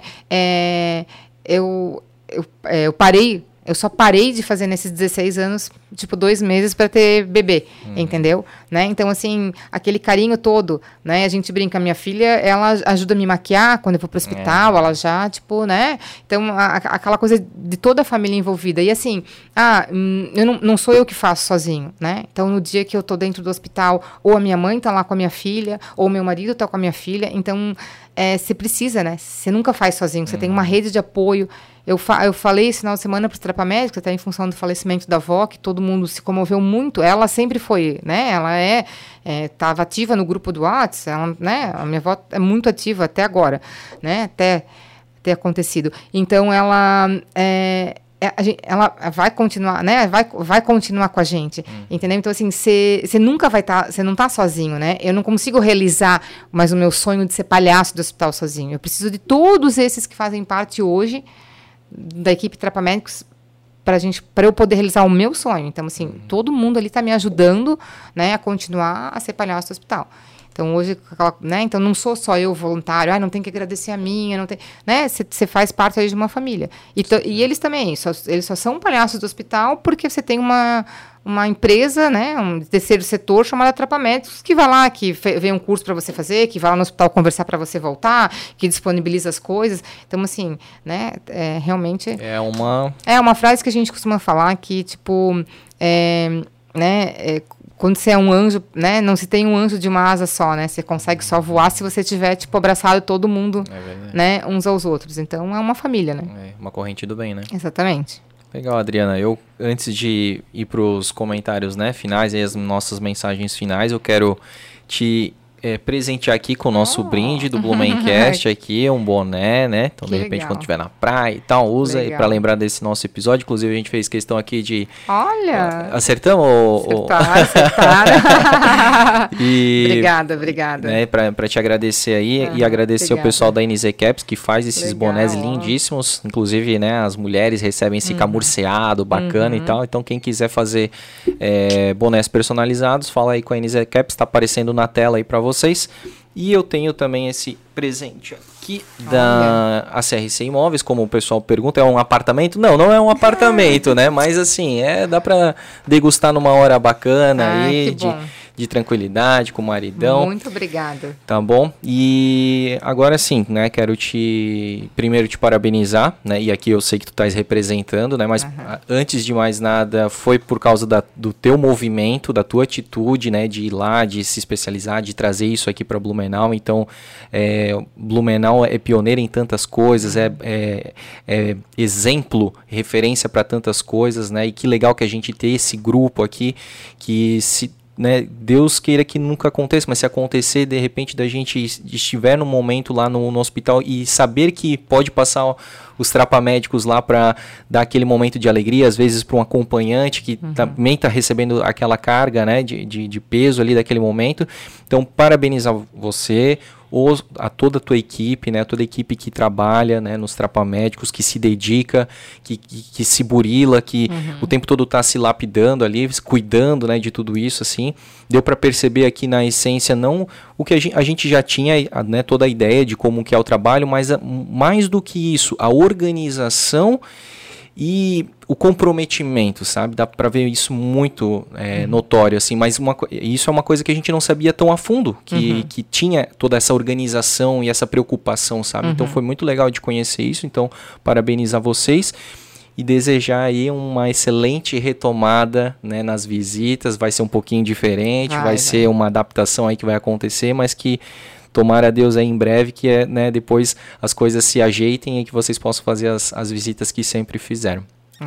Eu só parei de fazer nesses 16 anos, 2 meses para ter bebê, entendeu? Né? Então, assim, aquele carinho todo, né? A gente brinca, minha filha, ela ajuda a me maquiar quando eu vou pro hospital, ela já, né? Então, aquela coisa de toda a família envolvida. E assim, não sou eu que faço sozinho, né? Então, no dia que eu tô dentro do hospital, ou a minha mãe tá lá com a minha filha, ou o meu marido tá com a minha filha, então... você precisa, né? Você nunca faz sozinho, você tem uma rede de apoio. Eu falei esse final de semana para os trapamédicos, até em função do falecimento da avó, que todo mundo se comoveu muito. Ela sempre foi, né? Ela estava ativa no grupo do WhatsApp, ela, né? A minha avó é muito ativa até agora, né? Até ter acontecido. Então, ela vai continuar, né? Vai continuar com a gente, entendeu? Então, assim, você nunca vai estar, você não está sozinho, né? Eu não consigo realizar mais o meu sonho de ser palhaço do hospital sozinho. Eu preciso de todos esses que fazem parte hoje da equipe Trapamédicos para eu poder realizar o meu sonho. Então, assim, todo mundo ali está me ajudando, né, a continuar a ser palhaço do hospital. Então, hoje, né, então não sou só eu voluntário, não tem que agradecer a minha, não tem, né, você faz parte aí de uma família. E eles também, eles só são palhaços do hospital porque você tem uma empresa, né, um terceiro setor chamado Trapamédicos, que vai lá, que vem um curso para você fazer, que vai lá no hospital conversar para você voltar, que disponibiliza as coisas. Então, assim, né, realmente... É uma frase que a gente costuma falar que, tipo, quando você é um anjo, né, não se tem um anjo de uma asa só, né, você consegue só voar se você tiver, tipo, abraçado todo mundo, né, uns aos outros. Então, é uma família, né. Uma corrente do bem, né. Exatamente. Legal, Adriana. Eu, antes de ir para os comentários, né, finais, e as nossas mensagens finais, eu quero te presentear aqui com o nosso brinde do Blumencast aqui, um boné, né? Então, de repente, legal. quando estiver na praia e tal, usa aí para lembrar desse nosso episódio. Inclusive, a gente fez questão aqui de... Olha! Acertamos? Acertaram. E, Obrigada. Né, para te agradecer aí e agradecer ao pessoal da NZ Caps que faz esses bonés lindíssimos. Inclusive, né, as mulheres recebem esse camurceado bacana e tal. Então, quem quiser fazer bonés personalizados, fala aí com a NZ Caps, está aparecendo na tela aí para vocês. E eu tenho também esse presente aqui da ACRC Imóveis, como o pessoal pergunta, é um apartamento? Não é um apartamento, né? Mas assim, dá para degustar numa hora bacana aí, de tranquilidade, com o maridão. Muito obrigada. Tá bom? E agora sim, né? Quero primeiro te parabenizar, né? E aqui eu sei que tu estás representando, né? Mas antes de mais nada, foi por causa do teu movimento, da tua atitude, né? De ir lá, de se especializar, de trazer isso aqui para Blumenau. Então, Blumenau é pioneira em tantas coisas, é exemplo, referência para tantas coisas, né? E que legal que a gente ter esse grupo aqui que né, Deus queira que nunca aconteça, mas se acontecer, de repente, da gente estiver no momento lá no hospital e saber que pode passar os trapamédicos lá para dar aquele momento de alegria, às vezes para um acompanhante que também está recebendo aquela carga, né, de peso ali daquele momento. Então, parabenizar você, a toda a tua equipe, né, toda a equipe que trabalha, né, nos trapamédicos, que se dedica, que se burila, que o tempo todo está se lapidando ali, cuidando, né, de tudo isso, assim. Deu para perceber aqui na essência, não o que a gente já tinha, né, toda a ideia de como que é o trabalho, mas mais do que isso, a organização e o comprometimento, sabe? Dá pra ver isso muito notório, assim, mas isso é uma coisa que a gente não sabia tão a fundo, que tinha toda essa organização e essa preocupação, sabe? Então foi muito legal de conhecer isso, então parabenizar vocês e desejar aí uma excelente retomada, né, nas visitas. Vai ser um pouquinho diferente, vai ser uma adaptação aí que vai acontecer, mas que tomara a Deus aí em breve que né, depois as coisas se ajeitem e que vocês possam fazer as visitas que sempre fizeram.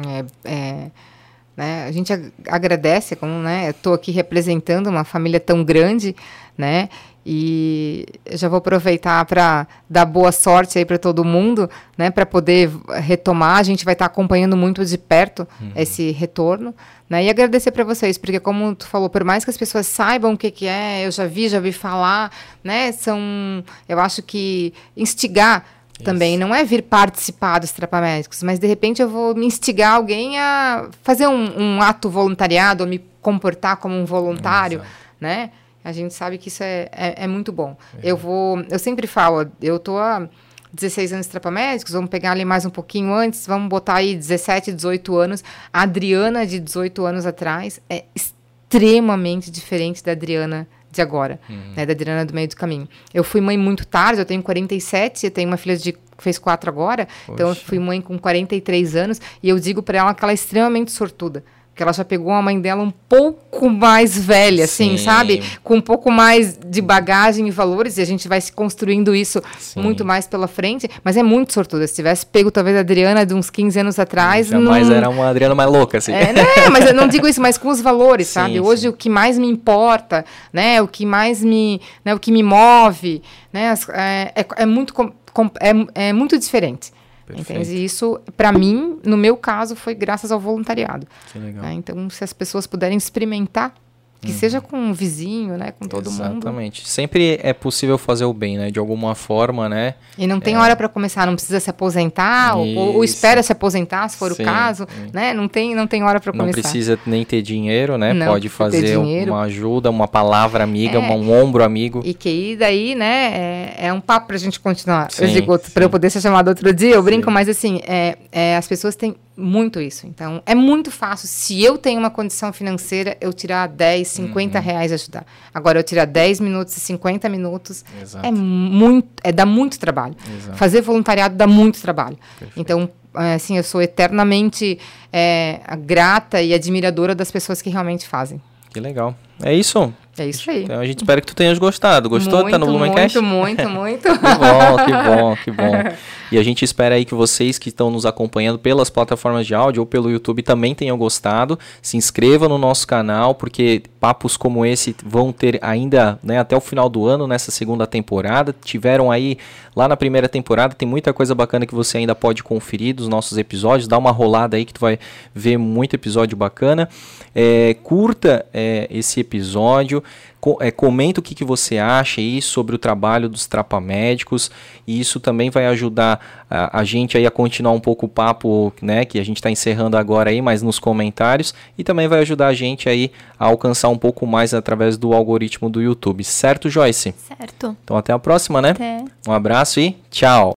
Né, a gente agradece, como, né, eu estou aqui representando uma família tão grande, né, e eu já vou aproveitar para dar boa sorte aí para todo mundo, né, para poder retomar. A gente vai estar acompanhando muito de perto esse retorno, né, e agradecer para vocês, porque como tu falou, por mais que as pessoas saibam o que é, eu já vi falar, né, eu acho que instigar também não é vir participar dos trapamédicos, mas de repente eu vou me instigar alguém a fazer um ato voluntariado, ou me comportar como um voluntário, né? A gente sabe que isso é muito bom. Eu sempre falo, eu tô há 16 anos de trapamédicos, vamos pegar ali mais um pouquinho antes, vamos botar aí 17, 18 anos. A Adriana de 18 anos atrás é extremamente diferente da Adriana de agora, né, da Adriana do meio do caminho. Eu fui mãe muito tarde, eu tenho 47, eu tenho uma filha que fez 4 agora, então eu fui mãe com 43 anos, e eu digo para ela que ela é extremamente sortuda, porque ela já pegou a mãe dela um pouco mais velha, assim, sabe? Com um pouco mais de bagagem e valores, e a gente vai se construindo isso muito mais pela frente, mas é muito sortuda. Se tivesse pego talvez a Adriana de uns 15 anos atrás... Jamais era uma Adriana mais louca, assim. Mas eu não digo isso, mas com os valores, sabe? Hoje o que mais me importa, né? O que mais me move, né? É muito diferente. Entende? E isso, para mim, no meu caso, foi graças ao voluntariado. Que legal. Então, se as pessoas puderem experimentar, que seja com um vizinho, né, com todo mundo. Exatamente. Sempre é possível fazer o bem, né, de alguma forma, né. E não tem hora para começar, não precisa se aposentar ou espera se aposentar, se for o caso, né, não tem hora para começar. Não precisa nem ter dinheiro, né, pode fazer uma ajuda, uma palavra amiga, um ombro amigo. E que daí, né, é um papo pra gente continuar. Eu digo, para eu poder ser chamado outro dia, eu brinco, mas assim, as pessoas têm muito isso. Então, é muito fácil. Se eu tenho uma condição financeira, eu tirar 10, 50 reais e ajudar. Agora, eu tirar 10 minutos e 50 minutos, dá muito trabalho. Exato. Fazer voluntariado dá muito trabalho. Perfeito. Então, assim, eu sou eternamente grata e admiradora das pessoas que realmente fazem. Que legal. É isso? É isso aí. Então a gente espera que tu tenhas gostado. Gostou? Tá no Blumencast? Muito. Que bom. E a gente espera aí que vocês que estão nos acompanhando pelas plataformas de áudio ou pelo YouTube também tenham gostado. Se inscreva no nosso canal, porque papos como esse vão ter ainda, né, até o final do ano, nessa segunda temporada. Tiveram aí, lá na primeira temporada, tem muita coisa bacana que você ainda pode conferir dos nossos episódios. Dá uma rolada aí que tu vai ver muito episódio bacana. Curta esse episódio. Comenta o que você acha aí sobre o trabalho dos trapamédicos, e isso também vai ajudar a gente aí a continuar um pouco o papo, né, que a gente está encerrando agora aí, mas nos comentários, e também vai ajudar a gente aí a alcançar um pouco mais através do algoritmo do YouTube, certo, Joyce? Certo. Então até a próxima, né? Até. Um abraço e tchau!